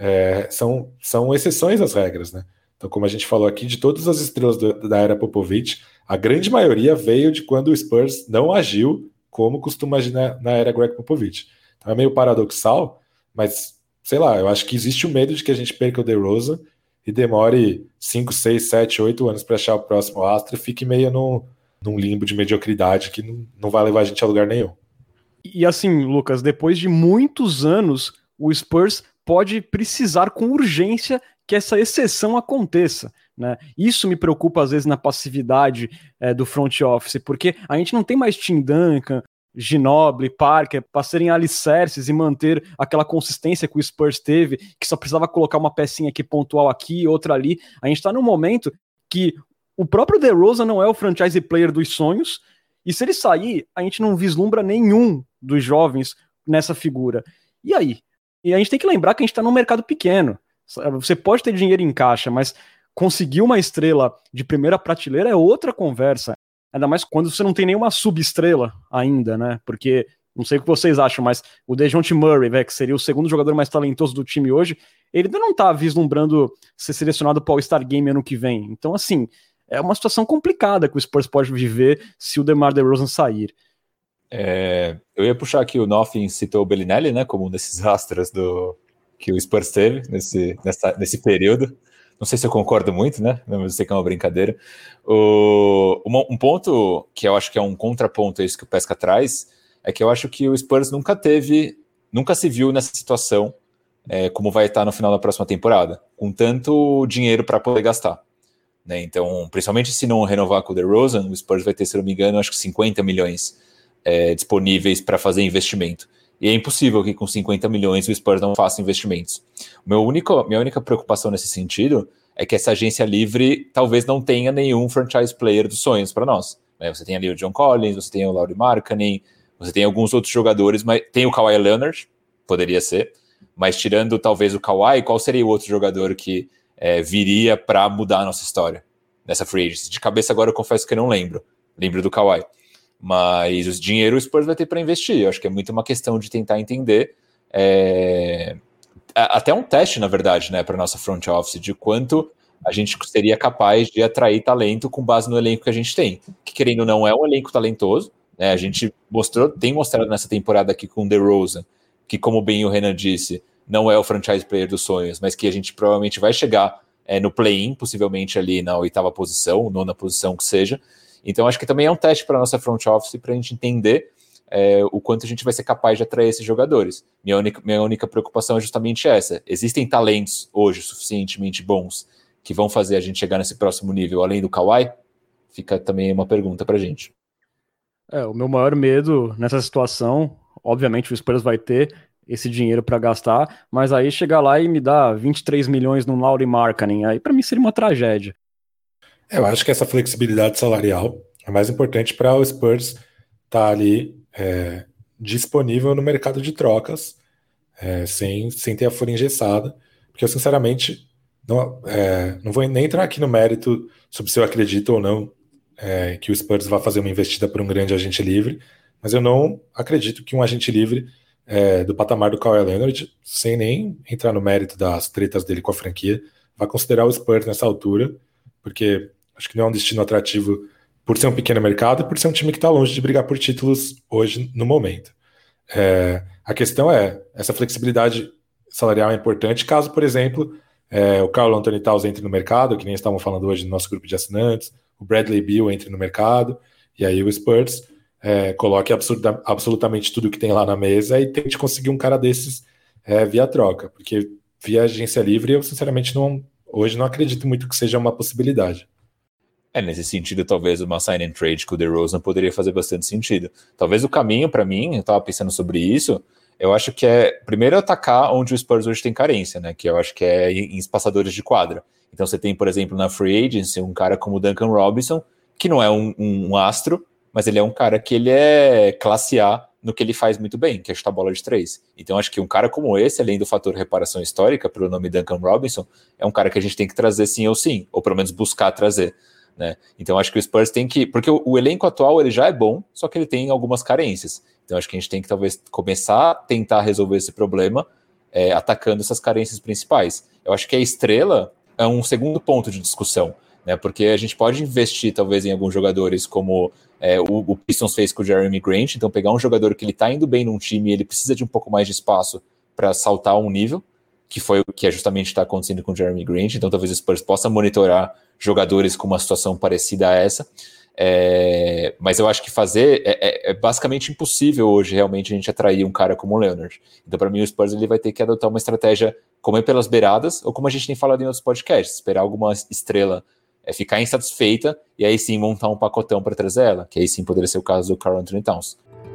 são exceções às regras, né? Então, como a gente falou aqui, de todas as estrelas da era Popovich, a grande maioria veio de quando o Spurs não agiu como costuma agir na era Greg Popovich. Então é meio paradoxal, mas, sei lá, eu acho que existe o medo de que a gente perca o DeRozan e demore 5, 6, 7, 8 anos para achar o próximo astro e fique meio num limbo de mediocridade que não vai levar a gente a lugar nenhum. E assim, Lucas, depois de muitos anos, o Spurs pode precisar com urgência que essa exceção aconteça, né? Isso me preocupa às vezes na passividade do front office, porque a gente não tem mais Tim Duncan, Ginobili, Parker, para serem alicerces e manter aquela consistência que o Spurs teve, que só precisava colocar uma pecinha aqui pontual aqui, outra ali. A gente está num momento que o próprio DeRozan não é o franchise player dos sonhos, e se ele sair, a gente não vislumbra nenhum dos jovens nessa figura. E aí? E a gente tem que lembrar que a gente está num mercado pequeno. Você pode ter dinheiro em caixa, mas conseguir uma estrela de primeira prateleira é outra conversa. Ainda mais quando você não tem nenhuma subestrela ainda, né? Porque, não sei o que vocês acham, mas o DeJounte Murray, que seria o segundo jogador mais talentoso do time hoje, ele ainda não tá vislumbrando ser selecionado para o All-Star Game ano que vem. Então, assim, é uma situação complicada que o Spurs pode viver se o DeMar DeRozan sair. Eu ia puxar aqui, o Nothing citou o Bellinelli, né, como um desses astros que o Spurs teve nesse período. Não sei se eu concordo muito, né? Mas eu sei que é uma brincadeira. Um ponto que eu acho que é um contraponto a isso que o Pesca traz é que eu acho que o Spurs nunca se viu nessa situação como vai estar no final da próxima temporada, com tanto dinheiro para poder gastar, né? Então, principalmente se não renovar com o DeRozan, o Spurs vai ter, se não me engano, acho que 50 milhões disponíveis para fazer investimento. E é impossível que com 50 milhões o Spurs não faça investimentos. Minha única preocupação nesse sentido é que essa agência livre talvez não tenha nenhum franchise player dos sonhos para nós. Né? Você tem ali o John Collins, você tem o Lauri Markkanen, você tem alguns outros jogadores, mas tem o Kawhi Leonard, poderia ser, mas tirando talvez o Kawhi, qual seria o outro jogador que viria para mudar a nossa história nessa free agency? De cabeça agora eu confesso que eu não lembro do Kawhi, mas o dinheiro o Spurs vai ter para investir. Eu acho que é muito uma questão de tentar entender, até um teste, na verdade, né, para nossa front office, de quanto a gente seria capaz de atrair talento com base no elenco que a gente tem, que querendo ou não é um elenco talentoso, né? A gente tem mostrado nessa temporada aqui com o DeRozan, que como bem o Renan disse, não é o franchise player dos sonhos, mas que a gente provavelmente vai chegar no play-in, possivelmente ali na 8ª posição, 9ª posição que seja. Então acho que também é um teste para a nossa front office, para a gente entender o quanto a gente vai ser capaz de atrair esses jogadores. Minha única preocupação é justamente essa. Existem talentos hoje suficientemente bons que vão fazer a gente chegar nesse próximo nível, além do Kawhi? Fica também uma pergunta pra gente. O meu maior medo nessa situação, obviamente o Spurs vai ter esse dinheiro para gastar, mas aí chegar lá e me dar 23 milhões no Lauri Markkanen, aí para mim seria uma tragédia. Eu acho que essa flexibilidade salarial é mais importante para o Spurs estar ali disponível no mercado de trocas, sem ter a folha engessada, porque eu sinceramente não vou nem entrar aqui no mérito sobre se eu acredito ou não que o Spurs vai fazer uma investida por um grande agente livre, mas eu não acredito que um agente livre do patamar do Kawhi Leonard, sem nem entrar no mérito das tretas dele com a franquia, vai considerar o Spurs nessa altura, porque acho que não é um destino atrativo por ser um pequeno mercado e por ser um time que está longe de brigar por títulos hoje, no momento. A questão essa flexibilidade salarial é importante caso, por exemplo, o Karl Anthony Towns entre no mercado, que nem estavam falando hoje no nosso grupo de assinantes, o Bradley Beal entre no mercado, e aí o Spurs coloque absolutamente tudo que tem lá na mesa e tente conseguir um cara desses via troca, porque via agência livre eu sinceramente hoje não acredito muito que seja uma possibilidade. Nesse sentido, talvez uma sign and trade com o DeRozan poderia fazer bastante sentido. Talvez o caminho para mim, eu estava pensando sobre isso, eu acho que primeiro atacar onde o Spurs hoje tem carência, né? Que eu acho que é em espaçadores de quadra. Então você tem, por exemplo, na free agency, um cara como o Duncan Robinson, que não é um astro, mas ele é um cara que ele é classe A no que ele faz muito bem, que é chutar bola de 3. Então acho que um cara como esse, além do fator reparação histórica, pelo nome Duncan Robinson, é um cara que a gente tem que trazer sim, ou pelo menos buscar trazer. Né? Então acho que o Spurs tem que... Porque o elenco atual ele já é bom, só que ele tem algumas carências. Então acho que a gente tem que talvez começar a tentar resolver esse problema atacando essas carências principais. Eu acho que a estrela é um segundo ponto de discussão, né? Porque a gente pode investir talvez em alguns jogadores como o Pistons fez com o Jeremy Grant, então pegar um jogador que ele está indo bem num time e ele precisa de um pouco mais de espaço para saltar um nível, que foi o que justamente está acontecendo com o Jeremy Grant, então talvez o Spurs possa monitorar jogadores com uma situação parecida a essa, mas eu acho que é basicamente impossível hoje realmente a gente atrair um cara como o Leonard. Então para mim o Spurs ele vai ter que adotar uma estratégia comer pelas beiradas, ou como a gente tem falado em outros podcasts, esperar alguma estrela ficar insatisfeita e aí sim montar um pacotão para trazer ela, que aí sim poderia ser o caso do Karl Anthony Towns.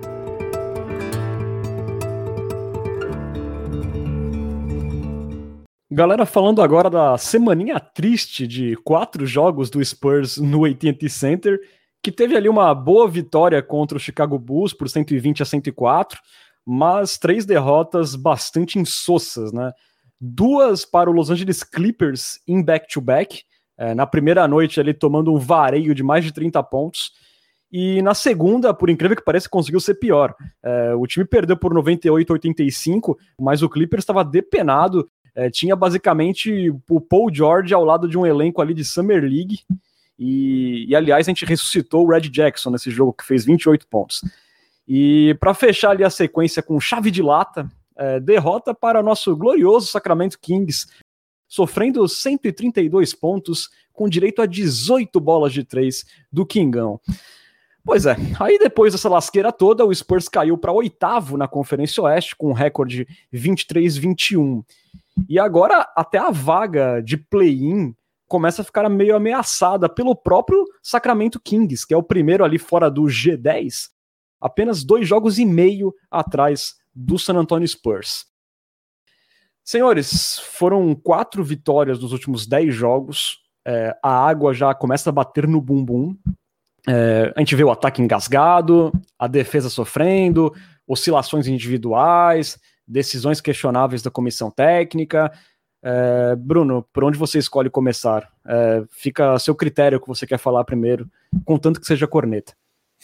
Galera, falando agora da semaninha triste de 4 jogos do Spurs no AT&T Center, que teve ali uma boa vitória contra o Chicago Bulls por 120-104, mas 3 derrotas bastante insossas, né? 2 para o Los Angeles Clippers em back-to-back, na primeira noite ali tomando um vareio de mais de 30 pontos, e na segunda, por incrível que pareça, conseguiu ser pior. O time perdeu por 98-85, mas o Clippers estava depenado. Tinha basicamente o Paul George ao lado de um elenco ali de Summer League e aliás a gente ressuscitou o Red Jackson nesse jogo que fez 28 pontos. E para fechar ali a sequência com chave de lata, derrota para o nosso glorioso Sacramento Kings, sofrendo 132 pontos com direito a 18 bolas de 3 do Kingão. Pois aí depois dessa lasqueira toda, o Spurs caiu para 8º na Conferência Oeste com um recorde 23-21. E agora até a vaga de play-in começa a ficar meio ameaçada pelo próprio Sacramento Kings, que é o primeiro ali fora do G10, apenas 2 jogos e meio atrás do San Antonio Spurs. Senhores, foram 4 vitórias nos últimos 10 jogos. A água já começa a bater no bumbum. A gente vê o ataque engasgado, a defesa sofrendo, oscilações individuais, decisões questionáveis da comissão técnica. Bruno, por onde você escolhe começar? Fica a seu critério que você quer falar primeiro, contanto que seja corneta.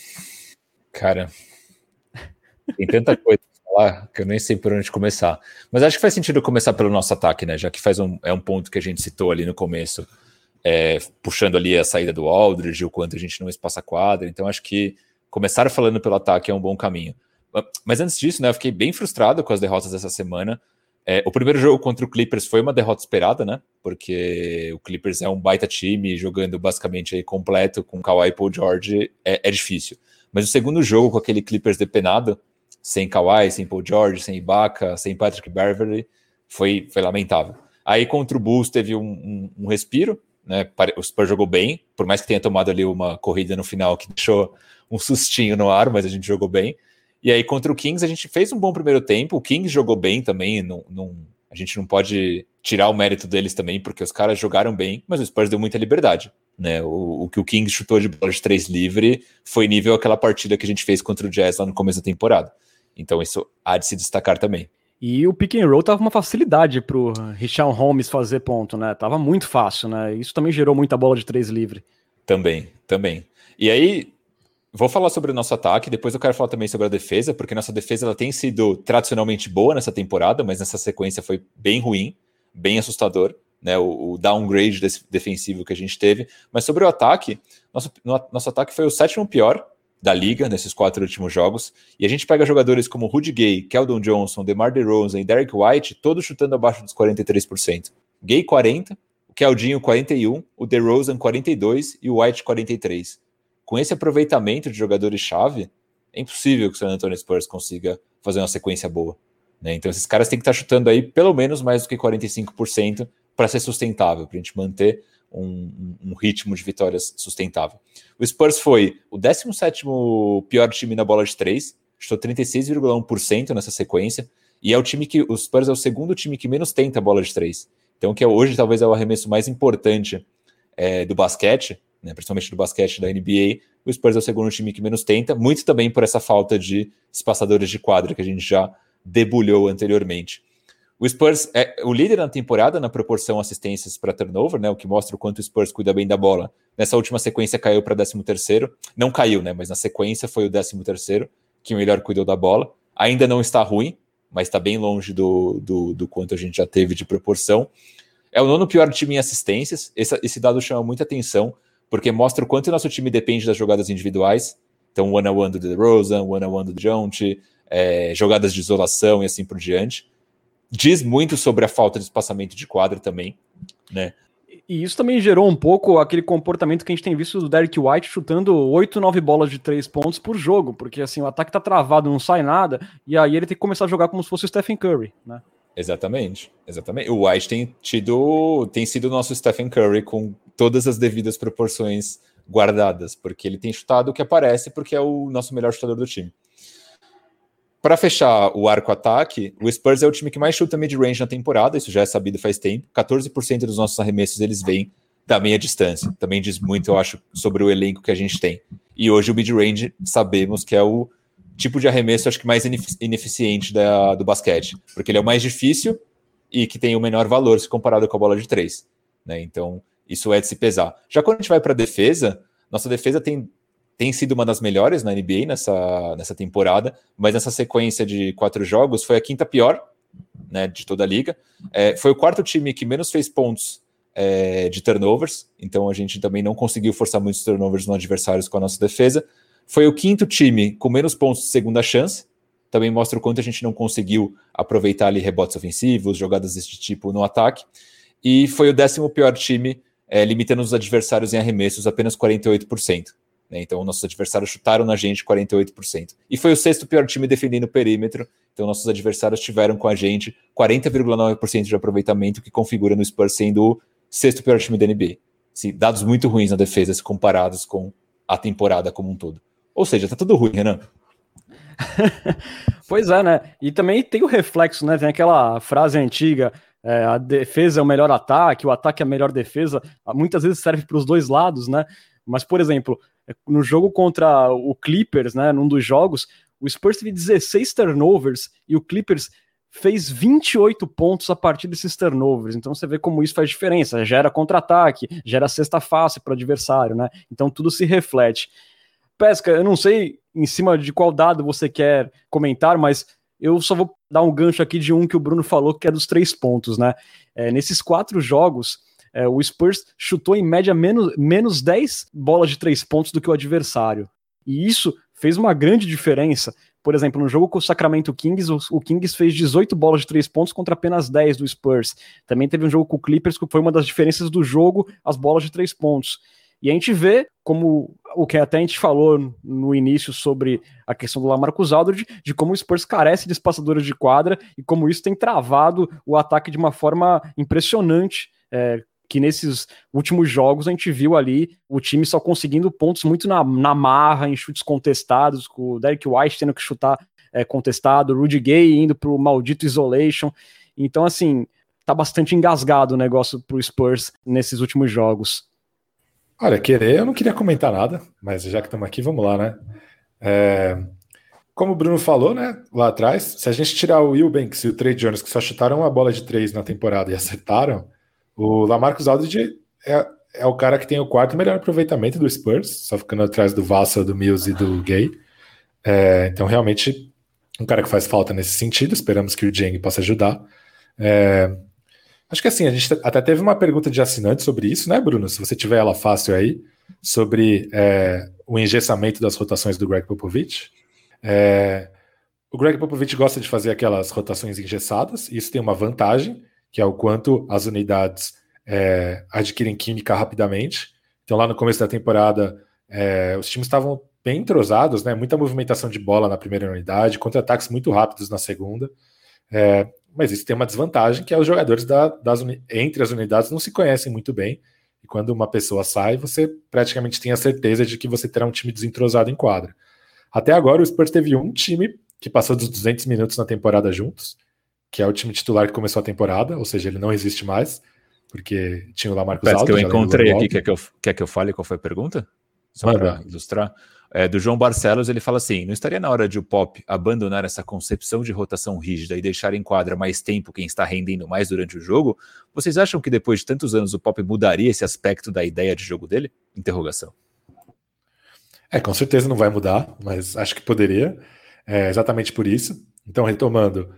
Cara, tem tanta coisa pra falar que eu nem sei por onde começar. Mas acho que faz sentido começar pelo nosso ataque, né? Já que é um ponto que a gente citou ali no começo, puxando ali a saída do Aldridge, o quanto a gente não espaça a quadra. Então acho que começar falando pelo ataque é um bom caminho. Mas antes disso, né, eu fiquei bem frustrado com as derrotas dessa semana. O primeiro jogo contra o Clippers foi uma derrota esperada, né? Porque o Clippers é um baita time, jogando basicamente aí completo com Kawhi e Paul George, é difícil. Mas o segundo jogo com aquele Clippers depenado, sem Kawhi, sem Paul George, sem Ibaka, sem Patrick Beverley, foi lamentável. Aí contra o Bulls teve um respiro, né? O Spurs jogou bem, por mais que tenha tomado ali uma corrida no final que deixou um sustinho no ar, mas a gente jogou bem. E aí contra o Kings a gente fez um bom primeiro tempo, o Kings jogou bem também, a gente não pode tirar o mérito deles também, porque os caras jogaram bem, mas o Spurs deu muita liberdade, né? O que o Kings chutou de bola de 3 livre foi nível aquela partida que a gente fez contra o Jazz lá no começo da temporada. Então isso há de se destacar também. E o pick and roll tava uma facilidade pro Richaun Holmes fazer ponto, né? Tava muito fácil, né? Isso também gerou muita bola de 3 livre. Também. E aí, vou falar sobre o nosso ataque, depois eu quero falar também sobre a defesa, porque nossa defesa ela tem sido tradicionalmente boa nessa temporada, mas nessa sequência foi bem ruim, bem assustador, né? O downgrade defensivo que a gente teve. Mas sobre o ataque, nosso ataque foi o 7º pior da liga nesses 4 últimos jogos, e a gente pega jogadores como Rudy Gay, Keldon Johnson, DeMar DeRozan e Derek White, todos chutando abaixo dos 43%. Gay 40%, o Keldinho 41%, o DeRozan 42% e o White 43%. Com esse aproveitamento de jogadores-chave, é impossível que o San Antonio Spurs consiga fazer uma sequência boa, né? Então esses caras têm que estar chutando aí pelo menos mais do que 45% para ser sustentável, para a gente manter um ritmo de vitórias sustentável. O Spurs foi o 17º pior time na bola de 3, chutou 36,1% nessa sequência, e o Spurs é o segundo time que menos tenta a bola de 3. Então que hoje talvez é o arremesso mais importante do basquete, né, principalmente do basquete da NBA, o Spurs é o segundo time que menos tenta, muito também por essa falta de espaçadores de quadra que a gente já debulhou anteriormente. O Spurs é o líder na temporada na proporção assistências para turnover, né, o que mostra o quanto o Spurs cuida bem da bola. Nessa última sequência caiu para 13º, não caiu, né, mas na sequência foi o 13º que melhor cuidou da bola. Ainda não está ruim, mas está bem longe do quanto a gente já teve de proporção. É o 9º pior time em assistências, esse dado chama muita atenção, porque mostra o quanto o nosso time depende das jogadas individuais. Então, one-on-one do DeRozan, one-on-one do Jonte, jogadas de isolação e assim por diante. Diz muito sobre a falta de espaçamento de quadra também, né? E isso também gerou um pouco aquele comportamento que a gente tem visto do Derek White chutando 8, 9 bolas de 3 pontos por jogo, porque assim, o ataque tá travado, não sai nada, e aí ele tem que começar a jogar como se fosse o Stephen Curry, né? Exatamente. O White tem sido o nosso Stephen Curry com todas as devidas proporções guardadas, porque ele tem chutado o que aparece, porque é o nosso melhor chutador do time. Para fechar o arco ataque, o Spurs é o time que mais chuta mid-range na temporada, isso já é sabido faz tempo. 14% dos nossos arremessos eles vêm da meia distância. Também diz muito, eu acho, sobre o elenco que a gente tem. E hoje o mid-range sabemos que é o tipo de arremesso, acho que mais ineficiente do basquete, porque ele é o mais difícil e que tem o menor valor se comparado com a bola de 3, né? Então, isso é de se pesar. Já quando a gente vai para a defesa, nossa defesa tem sido uma das melhores na NBA nessa temporada, mas nessa sequência de 4 jogos foi a 5ª pior, né, de toda a liga. Foi o 4º time que menos fez pontos de turnovers, então a gente também não conseguiu forçar muitos turnovers nos adversários com a nossa defesa. Foi o 5º time com menos pontos de segunda chance, também mostra o quanto a gente não conseguiu aproveitar ali rebotes ofensivos, jogadas desse tipo no ataque. E foi o 10º pior time, limitando os adversários em arremessos apenas 48%. Né? Então, nossos adversários chutaram na gente 48%. E foi o 6º pior time defendendo o perímetro. Então, nossos adversários tiveram com a gente 40,9% de aproveitamento, que configura no Spurs sendo o 6º pior time da NBA. Sim, dados muito ruins na defesa se comparados com a temporada como um todo. Ou seja, tá tudo ruim, Renan. Pois é, né? E também tem o reflexo, né? Tem aquela frase antiga, a defesa é o melhor ataque, o ataque é a melhor defesa. Muitas vezes serve para os dois lados, né? Mas, por exemplo, no jogo contra o Clippers, né? Num dos jogos, o Spurs teve 16 turnovers e o Clippers fez 28 pontos a partir desses turnovers. Então você vê como isso faz diferença. Gera contra-ataque, gera cesta fácil para o adversário, né? Então tudo se reflete. Pesca, eu não sei em cima de qual dado você quer comentar, mas eu só vou dar um gancho aqui de um que o Bruno falou, que é dos 3 pontos, né? Nesses 4 jogos, o Spurs chutou em média menos 10 bolas de 3 pontos do que o adversário. E isso fez uma grande diferença. Por exemplo, no jogo com o Sacramento Kings, o Kings fez 18 bolas de 3 pontos contra apenas 10 do Spurs. Também teve um jogo com o Clippers, que foi uma das diferenças do jogo, as bolas de 3 pontos. E a gente vê, como o que até a gente falou no início sobre a questão do LaMarcus Aldridge, de como o Spurs carece de espaçadores de quadra e como isso tem travado o ataque de uma forma impressionante, que nesses últimos jogos a gente viu ali o time só conseguindo pontos muito na marra, em chutes contestados, com o Derek White tendo que chutar contestado, o Rudy Gay indo pro maldito isolation. Então, assim, tá bastante engasgado o negócio pro Spurs nesses últimos jogos. Olha, eu não queria comentar nada, mas já que estamos aqui, vamos lá, né? Como o Bruno falou, né, lá atrás, se a gente tirar o Eubanks e o Trey Jones, que só chutaram uma bola de 3 na temporada e acertaram, o LaMarcus Aldridge é o cara que tem o 4º melhor aproveitamento do Spurs, só ficando atrás do Vassell, do Mills e do Gay. Então, realmente, um cara que faz falta nesse sentido. Esperamos que o Dieng possa ajudar. Acho que assim, a gente até teve uma pergunta de assinante sobre isso, né, Bruno? Se você tiver ela fácil aí, sobre o engessamento das rotações do Greg Popovich. O Greg Popovich gosta de fazer aquelas rotações engessadas, e isso tem uma vantagem, que é o quanto as unidades adquirem química rapidamente. Então, lá no começo da temporada, os times estavam bem entrosados, né? Muita movimentação de bola na primeira unidade, contra-ataques muito rápidos na segunda. Mas isso tem uma desvantagem, que é os jogadores entre as unidades não se conhecem muito bem, e quando uma pessoa sai, você praticamente tem a certeza de que você terá um time desentrosado em quadra. Até agora, o Spurs teve um time que passou dos 200 minutos na temporada juntos, que é o time titular que começou a temporada, ou seja, ele não existe mais, porque tinha o LaMarcus Aldridge. Que eu encontrei aqui, quer que eu fale qual foi a pergunta? Só para ilustrar. Do João Barcelos, ele fala assim: não estaria na hora de o Pop abandonar essa concepção de rotação rígida e deixar em quadra mais tempo quem está rendendo mais durante o jogo? Vocês acham que depois de tantos anos o Pop mudaria esse aspecto da ideia de jogo dele? Interrogação. Com certeza não vai mudar, mas acho que poderia. Exatamente por isso. Então, retomando,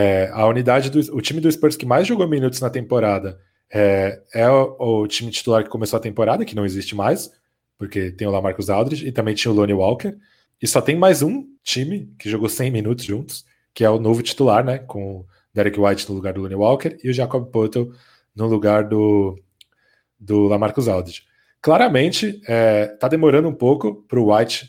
o time do Spurs que mais jogou minutos na temporada é o time titular que começou a temporada, que não existe mais, porque tem o LaMarcus Aldridge e também tinha o Lonnie Walker, e só tem mais um time que jogou 100 minutos juntos, que é o novo titular, né, com o Derek White no lugar do Lonnie Walker e o Jakob Poeltl no lugar do LaMarcus Aldridge. Claramente, tá demorando um pouco para o White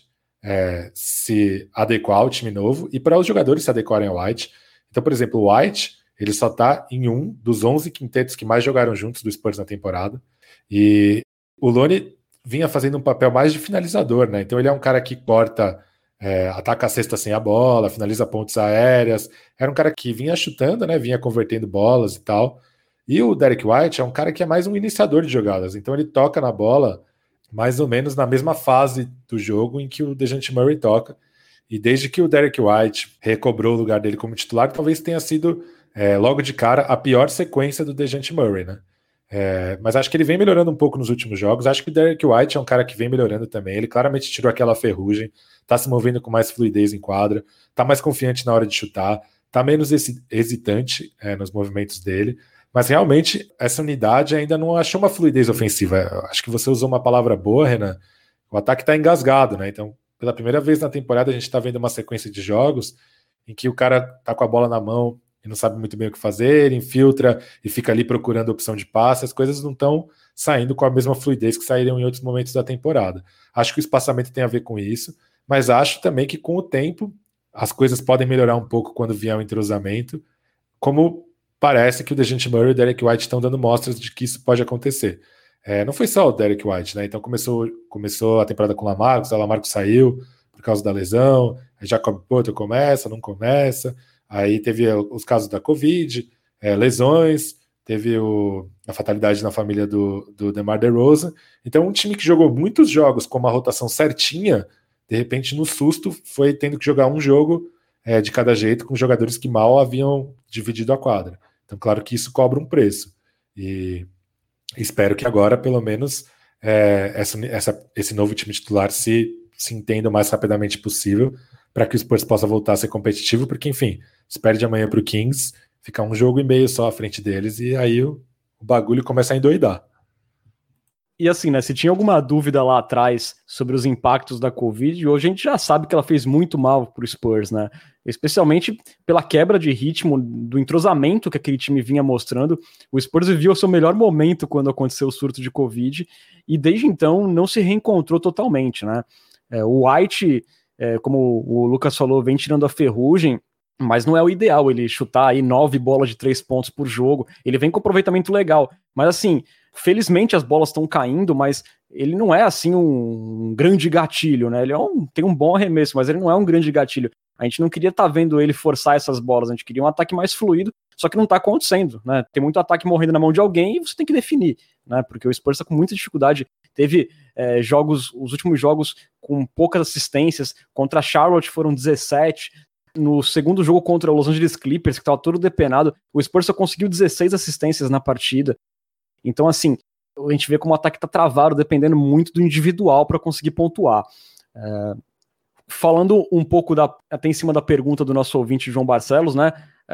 se adequar ao time novo e para os jogadores se adequarem ao White. Então, por exemplo, o White, ele só tá em um dos 11 quintetos que mais jogaram juntos do Spurs na temporada, e o Lonnie vinha fazendo um papel mais de finalizador, né? Então ele é um cara que corta, ataca a cesta sem a bola, finaliza pontos aéreas. Era um cara que vinha chutando, né? Vinha convertendo bolas e tal. E o Derek White é um cara que é mais um iniciador de jogadas. Então ele toca na bola mais ou menos na mesma fase do jogo em que o DeJounte Murray toca. E desde que o Derek White recobrou o lugar dele como titular, talvez tenha sido logo de cara a pior sequência do DeJounte Murray, né? Mas acho que ele vem melhorando um pouco nos últimos jogos. Acho que o Derek White é um cara que vem melhorando também. Ele claramente tirou aquela ferrugem, tá se movendo com mais fluidez em quadra, tá mais confiante na hora de chutar, tá menos hesitante nos movimentos dele. Mas realmente essa unidade ainda não achou uma fluidez ofensiva. Acho que você usou uma palavra boa, Renan. O ataque tá engasgado, né? Então, pela primeira vez na temporada, a gente tá vendo uma sequência de jogos em que o cara tá com a bola na mão e não sabe muito bem o que fazer, infiltra e fica ali procurando opção de passe. As coisas não estão saindo com a mesma fluidez que saíram em outros momentos da temporada. Acho que o espaçamento tem a ver com isso, mas acho também que com o tempo as coisas podem melhorar um pouco quando vier o entrosamento, como parece que o DeJounte Murray e o Derek White estão dando mostras de que isso pode acontecer. Não foi só o Derek White, né? Então começou a temporada com o LaMarcus saiu, por causa da lesão, aí Jacob Poeltl começa, não começa, aí teve os casos da Covid, lesões, teve a fatalidade na família do DeMar DeRozan. Então, um time que jogou muitos jogos com uma rotação certinha, de repente, no susto, foi tendo que jogar um jogo de cada jeito, com jogadores que mal haviam dividido a quadra. Então, claro que isso cobra um preço. E espero que agora, pelo menos, esse novo time titular se entenda o mais rapidamente possível, para que o Spurs possa voltar a ser competitivo, porque, enfim, se perde amanhã para o Kings, fica um jogo e meio só à frente deles, e aí o bagulho começa a endoidar. E assim, né, se tinha alguma dúvida lá atrás sobre os impactos da Covid, hoje a gente já sabe que ela fez muito mal pro Spurs, né? Especialmente pela quebra de ritmo, do entrosamento que aquele time vinha mostrando. O Spurs vivia o seu melhor momento quando aconteceu o surto de Covid, e desde então não se reencontrou totalmente, né? O White, como o Lucas falou, vem tirando a ferrugem, mas não é o ideal ele chutar aí 9 bolas de 3 pontos por jogo. Ele vem com aproveitamento legal, mas assim, felizmente as bolas estão caindo, mas ele não é assim um grande gatilho, né? Ele tem um bom arremesso, mas ele não é um grande gatilho. A gente não queria estar vendo ele forçar essas bolas, a gente queria um ataque mais fluido, só que não está acontecendo, né? Tem muito ataque morrendo na mão de alguém e você tem que definir, né? Porque o Spurs está com muita dificuldade. Teve os últimos jogos com poucas assistências, contra a Charlotte foram 17, no segundo jogo contra o Los Angeles Clippers, que estava todo depenado, o Spurs só conseguiu 16 assistências na partida. Então, assim, a gente vê como o ataque está travado, dependendo muito do individual para conseguir pontuar. Falando um pouco até em cima da pergunta do nosso ouvinte João Barcelos, né?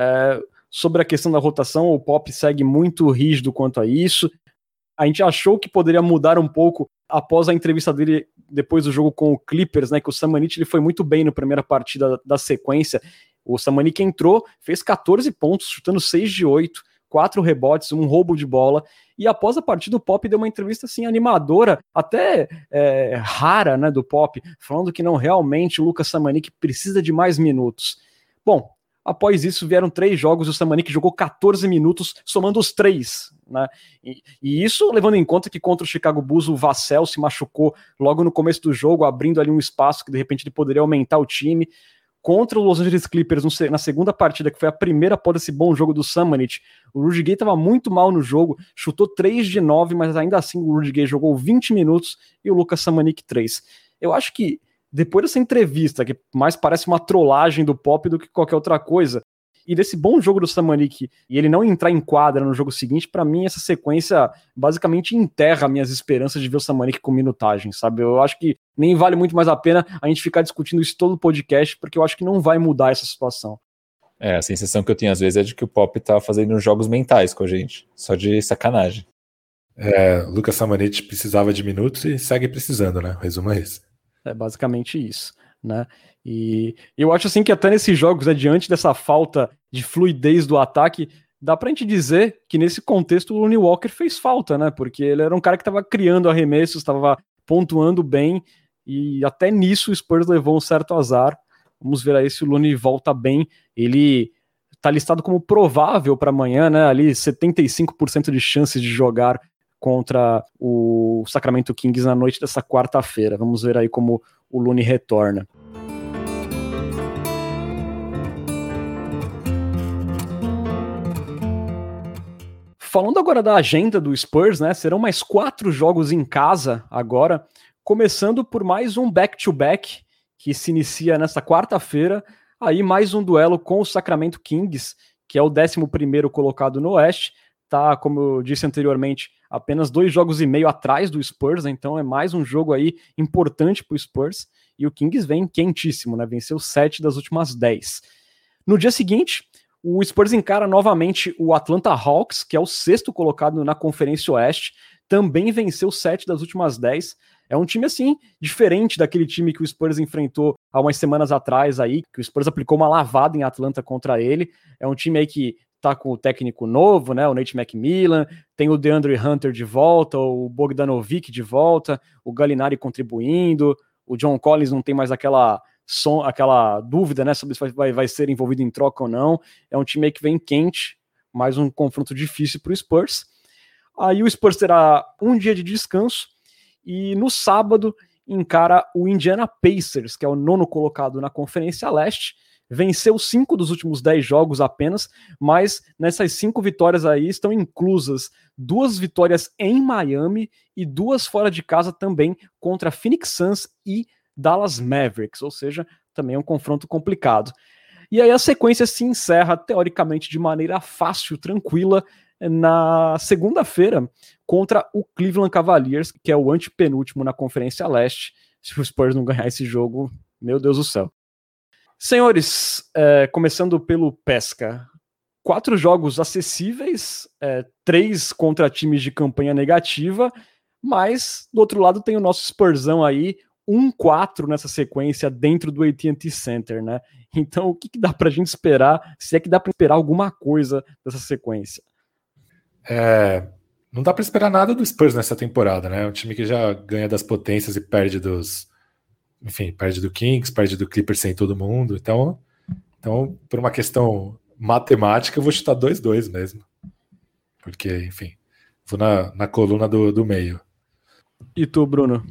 Sobre a questão da rotação, o Pop segue muito rígido quanto a isso. A gente achou que poderia mudar um pouco após a entrevista dele depois do jogo com o Clippers, né? Que o Samanic ele foi muito bem na primeira partida da sequência. O Samanic entrou, fez 14 pontos, chutando 6 de 8, 4 rebotes, um roubo de bola, e após a partida o Pop deu uma entrevista assim animadora, até rara, né, do Pop, falando que não, realmente o Lucas Samanic precisa de mais minutos. Bom, após isso vieram 3 jogos e o Samanic jogou 14 minutos, somando os 3, né, e isso levando em conta que contra o Chicago Bulls o Vassell se machucou logo no começo do jogo, abrindo ali um espaço que de repente ele poderia aumentar o time. Contra o Los Angeles Clippers na segunda partida, que foi a primeira após esse bom jogo do Samanic, o Rudy Gay estava muito mal no jogo, chutou 3 de 9, mas ainda assim o Rudy Gay jogou 20 minutos e o Lucas Samanic 3. Eu acho que depois dessa entrevista, que mais parece uma trollagem do Pop do que qualquer outra coisa, e desse bom jogo do Samanic, e ele não entrar em quadra no jogo seguinte, para mim essa sequência basicamente enterra minhas esperanças de ver o Samanic com minutagem, sabe? Eu acho que nem vale muito mais a pena a gente ficar discutindo isso todo o podcast, porque eu acho que não vai mudar essa situação. A sensação que eu tenho às vezes é de que o Pop tá fazendo jogos mentais com a gente, só de sacanagem. O Lucas Samanic precisava de minutos e segue precisando, né? O resumo é esse. É basicamente isso, né? E eu acho assim que até nesses jogos, né, diante dessa falta de fluidez do ataque, dá pra gente dizer que nesse contexto o Lonnie Walker fez falta, né? Porque ele era um cara que estava criando arremessos, estava pontuando bem, e até nisso o Spurs levou um certo azar. Vamos ver aí se o Lonnie volta bem. Ele tá listado como provável para amanhã, né? Ali 75% de chances de jogar contra o Sacramento Kings na noite dessa quarta-feira. Vamos ver aí como o Lonnie retorna. Falando agora da agenda do Spurs, né? Serão mais 4 jogos em casa agora, começando por mais um back-to-back que se inicia nesta quarta-feira. Aí mais um duelo com o Sacramento Kings, que é o 11º colocado no Oeste. Tá, como eu disse anteriormente, apenas 2 jogos e meio atrás do Spurs, né? Então é mais um jogo aí importante para o Spurs. E o Kings vem quentíssimo, né? Venceu 7 das últimas 10. No dia seguinte, o Spurs encara novamente o Atlanta Hawks, que é o 6º colocado na Conferência Oeste, também venceu 7 das últimas 10. É um time, assim, diferente daquele time que o Spurs enfrentou há umas semanas atrás aí, que o Spurs aplicou uma lavada em Atlanta contra ele. É um time aí que tá com o técnico novo, né, o Nate McMillan, tem o DeAndre Hunter de volta, o Bogdanovic de volta, o Gallinari contribuindo, o John Collins não tem mais aquela dúvida, né, sobre se vai ser envolvido em troca ou não. É um time aí que vem quente, mais um confronto difícil para o Spurs. Aí o Spurs terá um dia de descanso e no sábado encara o Indiana Pacers, que é o 9º colocado na Conferência Leste. Venceu 5 dos últimos 10 jogos apenas, mas nessas 5 vitórias aí estão inclusas 2 vitórias em Miami e 2 fora de casa também contra Phoenix Suns e Dallas Mavericks, ou seja, também é um confronto complicado. E aí a sequência se encerra, teoricamente, de maneira fácil, tranquila, na segunda-feira contra o Cleveland Cavaliers, que é o antepenúltimo na Conferência Leste. Se o Spurs não ganhar esse jogo, meu Deus do céu. Senhores, começando pelo Pesca, 4 jogos acessíveis, 3 contra times de campanha negativa, mas do outro lado tem o nosso Spursão aí, 1-4 nessa sequência dentro do AT&T Center, né? Então o que dá pra gente esperar, se é que dá pra esperar alguma coisa dessa sequência? Não dá pra esperar nada do Spurs nessa temporada, né? É um time que já ganha das potências e perde perde do Kings, perde do Clippers sem todo mundo. Então, por uma questão matemática, eu vou chutar 2-2 mesmo. Porque, enfim, vou na coluna do meio. E tu, Bruno?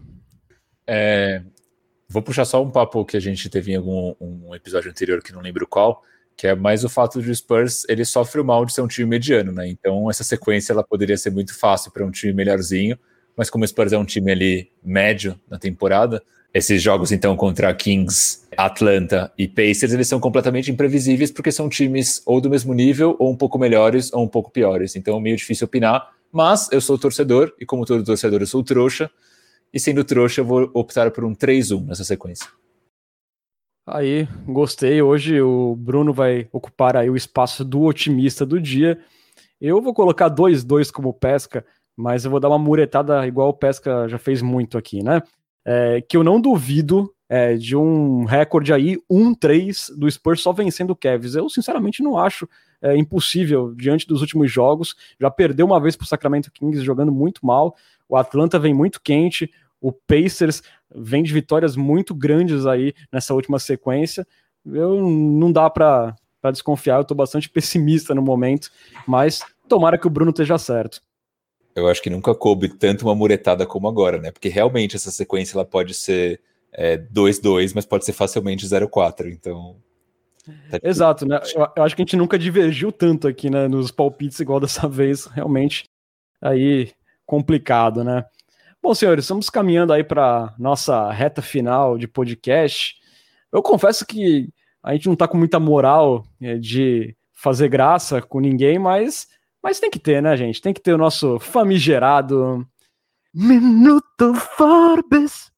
Vou puxar só um papo que a gente teve em um episódio anterior, que não lembro qual, que é mais o fato de o Spurs, ele sofre o mal de ser um time mediano, né? Então essa sequência ela poderia ser muito fácil para um time melhorzinho, mas como o Spurs é um time ali médio na temporada, esses jogos então contra Kings, Atlanta e Pacers, eles são completamente imprevisíveis porque são times ou do mesmo nível, ou um pouco melhores, ou um pouco piores. Então é meio difícil opinar, mas eu sou torcedor, e como todo torcedor eu sou trouxa, e sendo trouxa eu vou optar por um 3-1 nessa sequência. Aí, gostei. Hoje o Bruno vai ocupar aí o espaço do otimista do dia. Eu vou colocar 2-2 como Pesca, mas eu vou dar uma muretada igual o Pesca já fez muito aqui, né? Que eu não duvido de um recorde aí, 1-3 do Spurs só vencendo o Cavs. Eu sinceramente não acho impossível diante dos últimos jogos. Já perdeu uma vez pro Sacramento Kings jogando muito mal. O Atlanta vem muito quente. O Pacers vem de vitórias muito grandes aí nessa última sequência. Não dá para desconfiar, eu tô bastante pessimista no momento, mas tomara que o Bruno esteja certo. Eu acho que nunca coube tanto uma muretada como agora, né? Porque realmente essa sequência ela pode ser 2-2, mas pode ser facilmente 0-4, então... Exato, né? Eu acho que a gente nunca divergiu tanto aqui, né, nos palpites igual dessa vez, realmente aí complicado, né? Bom, senhores, estamos caminhando aí para nossa reta final de podcast. Eu confesso que a gente não tá com muita moral de fazer graça com ninguém, mas tem que ter, né, gente? Tem que ter o nosso famigerado Minuto Forbes.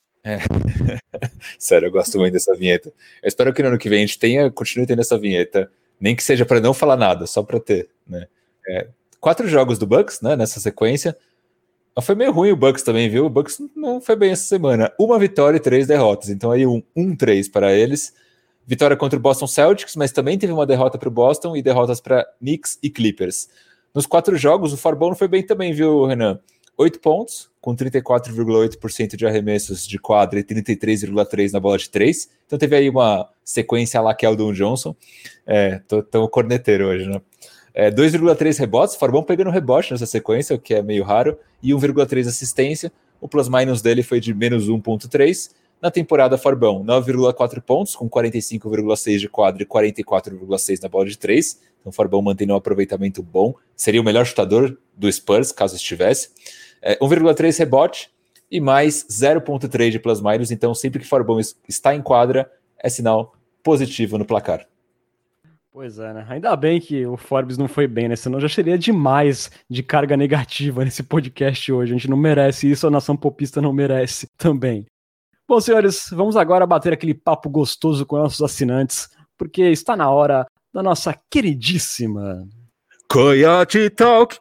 Sério, eu gosto muito dessa vinheta. Eu espero que no ano que vem a gente continue tendo essa vinheta, nem que seja para não falar nada, só para ter, né? 4 jogos do Bucks, né, nessa sequência. Mas foi meio ruim o Bucks também, viu? O Bucks não foi bem essa semana. 1 vitória e 3 derrotas. Então aí 1-3 para eles. Vitória contra o Boston Celtics, mas também teve uma derrota para o Boston e derrotas para Knicks e Clippers. Nos 4 jogos, o Farbão não foi bem também, viu, Renan? 8 pontos, com 34,8% de arremessos de quadra e 33,3% na bola de 3. Então teve aí uma sequência à la Keldon Johnson. Tô corneteiro hoje, né? 2,3 rebotes, Farbão pegando rebote nessa sequência, o que é meio raro, e 1,3 assistência. O plus-minus dele foi de menos 1,3. Na temporada, Farbão, 9,4 pontos, com 45,6 de quadra e 44,6 na bola de 3. Então, o Farbão mantém um aproveitamento bom. Seria o melhor chutador do Spurs, caso estivesse. 1,3 rebote e mais 0,3 de plus-minus. Então, sempre que Farbão está em quadra, é sinal positivo no placar. Pois é, né? Ainda bem que o Forbes não foi bem, né? Senão já seria demais de carga negativa nesse podcast hoje. A gente não merece isso, a nação popista não merece também. Bom, senhores, vamos agora bater aquele papo gostoso com nossos assinantes, porque está na hora da nossa queridíssima Coyote Talk.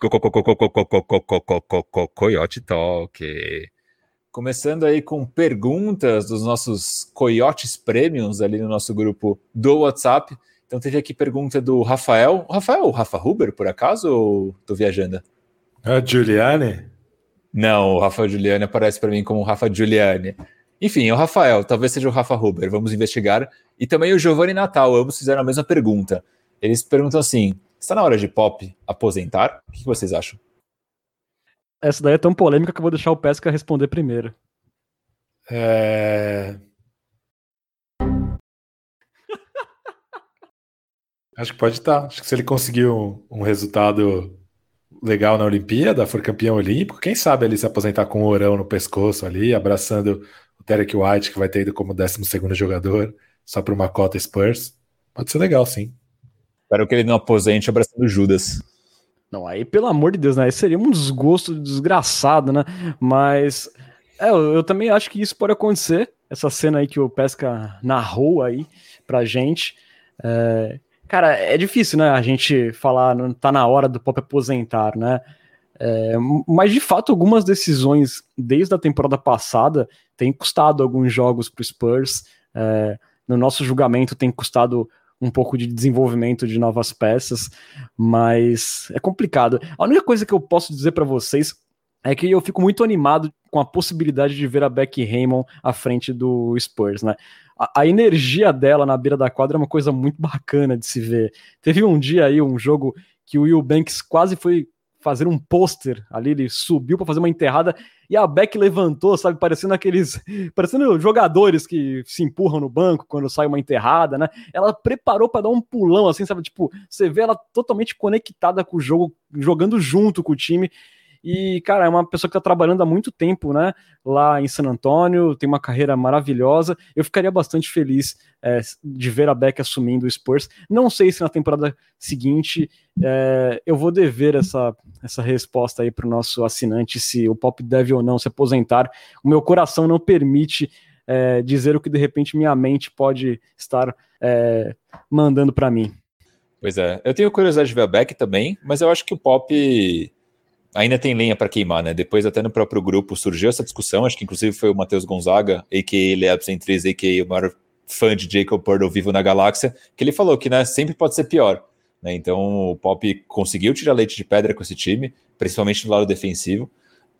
Coyote Talk. Começando aí com perguntas dos nossos Coyotes Premiums ali no nosso grupo do WhatsApp. Então teve aqui pergunta do Rafael. O Rafa Huber, por acaso, ou tô viajando? Giuliani? Não, o Rafa Giuliani aparece para mim como Rafa Giuliani. Enfim, é o Rafael, talvez seja o Rafa Huber, vamos investigar. E também o Giovanni Natal, ambos fizeram a mesma pergunta. Eles perguntam assim, está na hora de Pop aposentar? O que vocês acham? Essa daí é tão polêmica que eu vou deixar o Pesca responder primeiro. Acho que pode estar. Acho que se ele conseguir um resultado legal na Olimpíada, for campeão olímpico, quem sabe ele se aposentar com um ourão no pescoço ali, abraçando o Derek White, que vai ter ido como 12º jogador, só para uma cota Spurs. Pode ser legal, sim. Espero que ele não aposente abraçando o Judas. Não, aí, pelo amor de Deus, né? Aí seria um desgosto desgraçado, né? Mas eu também acho que isso pode acontecer. Essa cena aí que o Pesca narrou aí pra gente. Cara, é difícil, né? A gente falar, não tá na hora do Pop aposentar, né? Mas, de fato, algumas decisões desde a temporada passada têm custado alguns jogos pro Spurs. No nosso julgamento, tem custado um pouco de desenvolvimento de novas peças, mas é complicado. A única coisa que eu posso dizer para vocês é que eu fico muito animado com a possibilidade de ver a Becky Hammon à frente do Spurs, né? A energia dela na beira da quadra é uma coisa muito bacana de se ver. Teve um dia aí, um jogo que o Will Banks quase foi fazer um pôster ali, ele subiu para fazer uma enterrada e a Beck levantou, sabe, parecendo jogadores que se empurram no banco quando sai uma enterrada, né? Ela preparou para dar um pulão, assim, sabe, tipo, você vê ela totalmente conectada com o jogo, jogando junto com o time. E, cara, é uma pessoa que tá trabalhando há muito tempo, né, lá em San Antonio, tem uma carreira maravilhosa. Eu ficaria bastante feliz de ver a Beck assumindo o Spurs. Não sei se na temporada seguinte eu vou dever essa resposta aí pro nosso assinante, se o Pop deve ou não se aposentar. O meu coração não permite dizer o que de repente minha mente pode estar mandando para mim. Pois é, eu tenho curiosidade de ver a Beck também, mas eu acho que o Pop ainda tem lenha para queimar, né? Depois até no próprio grupo surgiu essa discussão, acho que inclusive foi o Matheus Gonzaga, a.k.a. Leabsen3, a.k.a. o maior fã de Jacob Poeltl vivo na galáxia, que ele falou que, né, sempre pode ser pior, né? Então o Pop conseguiu tirar leite de pedra com esse time, principalmente no lado defensivo,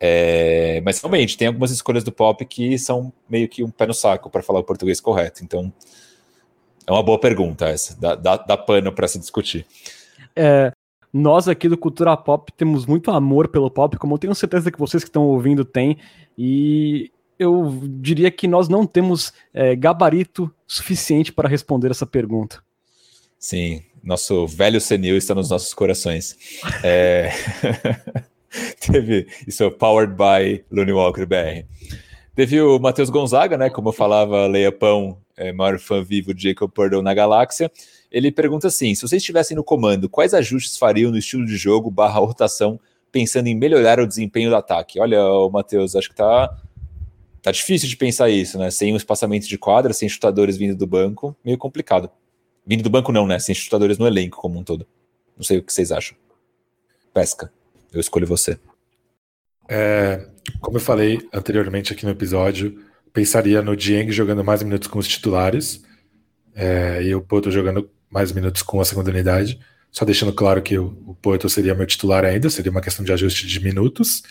mas realmente tem algumas escolhas do Pop que são meio que um pé no saco, para falar o português correto. Então é uma boa pergunta essa, dá pano para se discutir. Nós aqui do Cultura Pop temos muito amor pelo Pop, como eu tenho certeza que vocês que estão ouvindo têm, e eu diria que nós não temos gabarito suficiente para responder essa pergunta. Sim, nosso velho senil está nos nossos corações. Teve isso, Powered by Looney Walker BR. Teve o Matheus Gonzaga, né? Como eu falava, Leia Pão, maior fã vivo de Jacob Poeltl na galáxia. Ele pergunta assim: se vocês estivessem no comando, quais ajustes fariam no estilo de jogo / rotação, pensando em melhorar o desempenho do ataque? Olha, Matheus, acho que tá difícil de pensar isso, né? Sem um espaçamento de quadra, sem chutadores vindo do banco, meio complicado. Vindo do banco não, né? Sem chutadores no elenco como um todo. Não sei o que vocês acham. Pesca, eu escolho você. Como eu falei anteriormente aqui no episódio, pensaria no Dieng jogando mais minutos com os titulares, e o Poeltl jogando mais minutos com a segunda unidade, só deixando claro que o Poeltl seria meu titular ainda, seria uma questão de ajuste de minutos.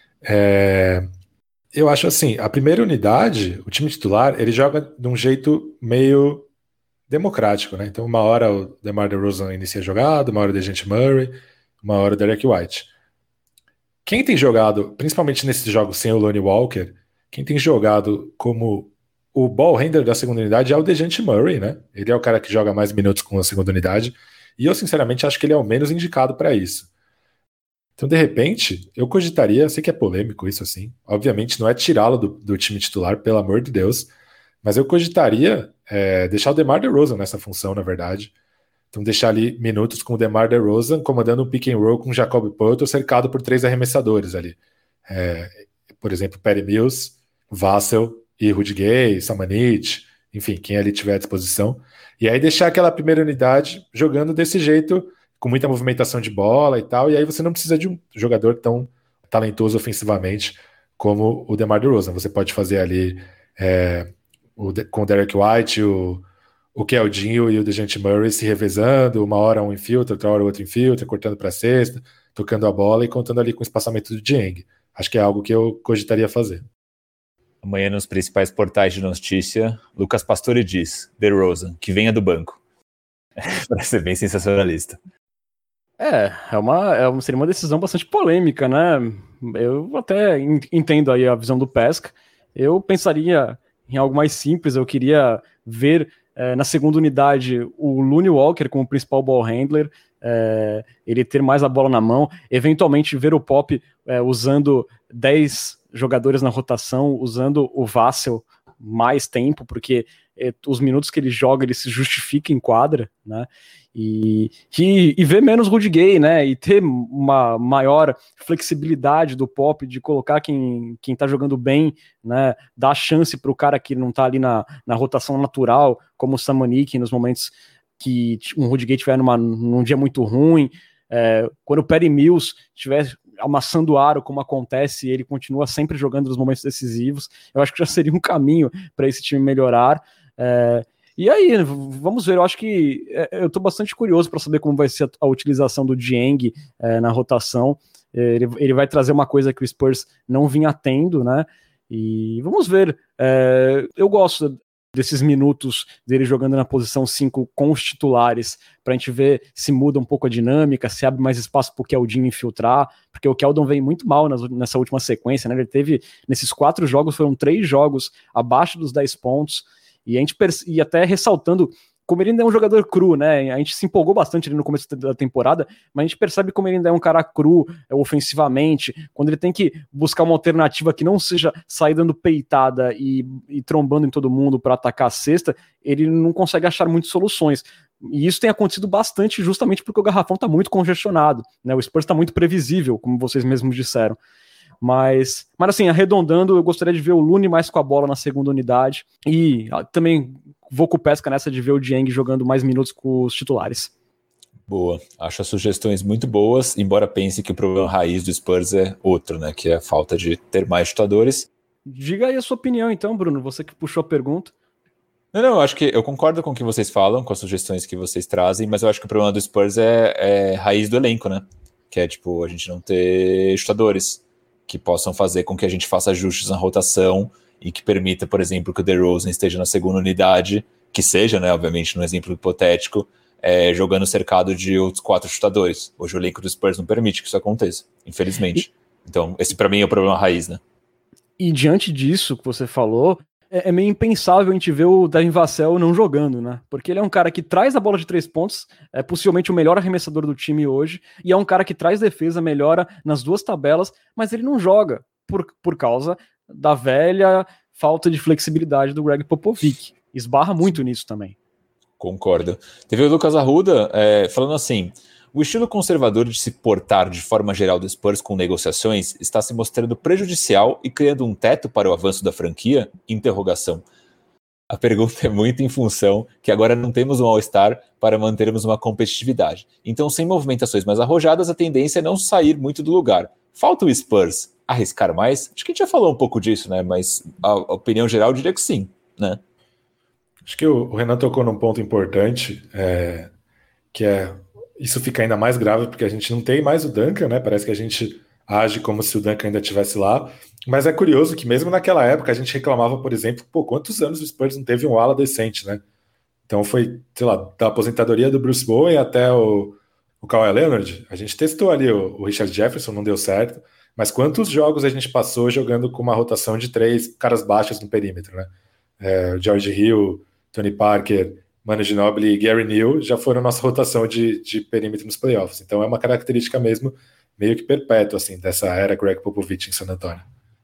Eu acho assim, a primeira unidade, o time titular, ele joga de um jeito meio democrático, né? Então uma hora o DeMar DeRozan inicia a jogada, uma hora o DeJounte Murray, uma hora o Derek White. Quem tem jogado, principalmente nesses jogos sem o Lonnie Walker, quem tem jogado como o ball handler da segunda unidade é o DeJounte Murray, né? Ele é o cara que joga mais minutos com a segunda unidade, e eu sinceramente acho que ele é o menos indicado para isso. Então, de repente, eu cogitaria, sei que é polêmico isso assim, obviamente não é tirá-lo do time titular, pelo amor de Deus, mas eu cogitaria deixar o DeMar DeRozan nessa função, na verdade. Então deixar ali minutos com o DeMar DeRozan comandando um pick and roll com o Jacob Poeltl cercado por 3 arremessadores ali. Por exemplo, Patty Mills, Vassell e Rudy Gay, Samanit, enfim, quem ali tiver à disposição. E aí deixar aquela primeira unidade jogando desse jeito, com muita movimentação de bola e tal, e aí você não precisa de um jogador tão talentoso ofensivamente como o DeMar DeRozan. Você pode fazer ali com o Derek White, o Keldinho e o DeJounte Murray se revezando, uma hora um infiltra, outra hora outro infiltra, cortando para a cesta, tocando a bola e contando ali com o espaçamento do Dieng. Acho que é algo que eu cogitaria fazer. Amanhã nos principais portais de notícia, Lucas Pastore diz: DeRozan, que venha do banco. Para ser bem sensacionalista. Seria uma decisão bastante polêmica, né? Eu até entendo aí a visão do Pesca. Eu pensaria em algo mais simples, eu queria ver na segunda unidade o Looney Walker como principal ball handler, ele ter mais a bola na mão, eventualmente ver o Pop usando 10 jogadores na rotação, usando o Vassell mais tempo, porque os minutos que ele joga, ele se justifica em quadra, né? E ver menos Rudy Gay, né? E ter uma maior flexibilidade do Pop de colocar quem tá jogando bem, né? Dar chance para o cara que não tá ali na rotação natural, como o Samanik, nos momentos que um Rudy Gay estiver num dia muito ruim. Quando o Patty Mills estiver amassando o aro, como acontece, ele continua sempre jogando nos momentos decisivos. Eu acho que já seria um caminho para esse time melhorar. E aí, vamos ver, eu acho que eu estou bastante curioso para saber como vai ser a utilização do Dieng na rotação. Ele vai trazer uma coisa que o Spurs não vinha tendo, né? E vamos ver. Eu gosto desses minutos dele jogando na posição 5 com os titulares, para a gente ver se muda um pouco a dinâmica, se abre mais espaço para o Keldon infiltrar, porque o Keldon vem muito mal nessa última sequência, né? Ele teve, nesses 4 jogos, foram 3 jogos abaixo dos 10 pontos, e até ressaltando como ele ainda é um jogador cru, né? A gente se empolgou bastante ali no começo da temporada, mas a gente percebe como ele ainda é um cara cru ofensivamente, quando ele tem que buscar uma alternativa que não seja sair dando peitada e trombando em todo mundo para atacar a cesta, ele não consegue achar muitas soluções. E isso tem acontecido bastante justamente porque o garrafão está muito congestionado, né? O Spurs está muito previsível, como vocês mesmos disseram. Mas assim, arredondando, eu gostaria de ver o Looney mais com a bola na segunda unidade e também vou com o Pesca nessa de ver o Dieng jogando mais minutos com os titulares. Boa, acho as sugestões muito boas, embora pense que o problema raiz do Spurs é outro, né, que é a falta de ter mais chutadores. Diga aí a sua opinião então, Bruno, você que puxou a pergunta. Não, acho que eu concordo com o que vocês falam, com as sugestões que vocês trazem, mas eu acho que o problema do Spurs é raiz do elenco, né, que é tipo a gente não ter chutadores que possam fazer com que a gente faça ajustes na rotação e que permita, por exemplo, que o DeRozan esteja na segunda unidade, que seja, né, obviamente, num exemplo hipotético, jogando cercado de outros 4 chutadores. Hoje o elenco do Spurs não permite que isso aconteça, infelizmente. Então, esse para mim é o problema raiz, né? E diante disso que você falou, é meio impensável a gente ver o Devin Vassell não jogando, né? Porque ele é um cara que traz a bola de 3 pontos, é possivelmente o melhor arremessador do time hoje, e é um cara que traz defesa, melhora nas 2 tabelas, mas ele não joga por causa da velha falta de flexibilidade do Greg Popovich. Esbarra muito nisso também. Concordo. Teve o Lucas Arruda falando assim: o estilo conservador de se portar de forma geral do Spurs com negociações está se mostrando prejudicial e criando um teto para o avanço da franquia? Interrogação. A pergunta é muito em função que agora não temos um All-Star para mantermos uma competitividade. Então, sem movimentações mais arrojadas, a tendência é não sair muito do lugar. Falta o Spurs arriscar mais? Acho que a gente já falou um pouco disso, né? Mas a opinião geral eu diria que sim, né? Acho que o Renan tocou num ponto importante, que isso fica ainda mais grave porque a gente não tem mais o Duncan, né? Parece que a gente age como se o Duncan ainda estivesse lá. Mas é curioso que mesmo naquela época a gente reclamava, por exemplo, quantos anos o Spurs não teve um ala decente, né? Então foi, sei lá, da aposentadoria do Bruce Bowen até o Kawhi Leonard. A gente testou ali o Richard Jefferson, não deu certo. Mas quantos jogos a gente passou jogando com uma rotação de 3 caras baixos no perímetro, né? George Hill, Tony Parker, Manu Ginobili e Gary Neal já foram nossa rotação de perímetro nos playoffs. Então é uma característica mesmo meio que perpétua, assim, dessa era Greg Popovich em San Antonio.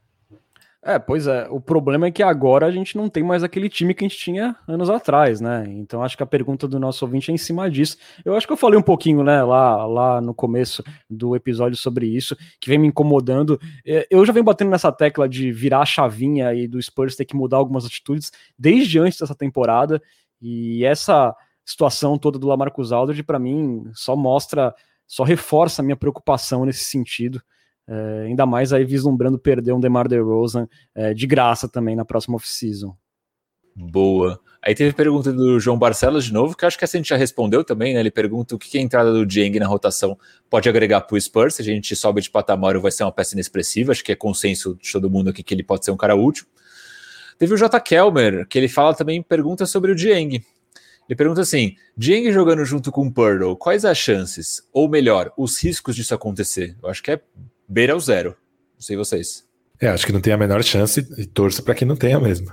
Pois é. O problema é que agora a gente não tem mais aquele time que a gente tinha anos atrás, né? Então acho que a pergunta do nosso ouvinte é em cima disso. Eu acho que eu falei um pouquinho, né, lá no começo do episódio sobre isso, que vem me incomodando. Eu já venho batendo nessa tecla de virar a chavinha e do Spurs ter que mudar algumas atitudes desde antes dessa temporada, e essa situação toda do LaMarcus Aldridge, para mim, só reforça a minha preocupação nesse sentido. Ainda mais aí vislumbrando perder um DeMar DeRozan de graça também na próxima off-season. Boa. Aí teve pergunta do João Barcelos de novo, que eu acho que essa a gente já respondeu também, né? Ele pergunta o que a entrada do Dieng na rotação pode agregar para o Spurs, se a gente sobe de patamar ou vai ser uma peça inexpressiva. Acho que é consenso de todo mundo aqui que ele pode ser um cara útil. Teve o J. Kelmer, que ele fala também, pergunta sobre o Dieng. Ele pergunta assim: Dieng jogando junto com o Poeltl, quais as chances? Ou melhor, os riscos disso acontecer? Eu acho que é beira ao 0. Não sei vocês. Acho que não tem a menor chance e torço para que não tenha mesmo.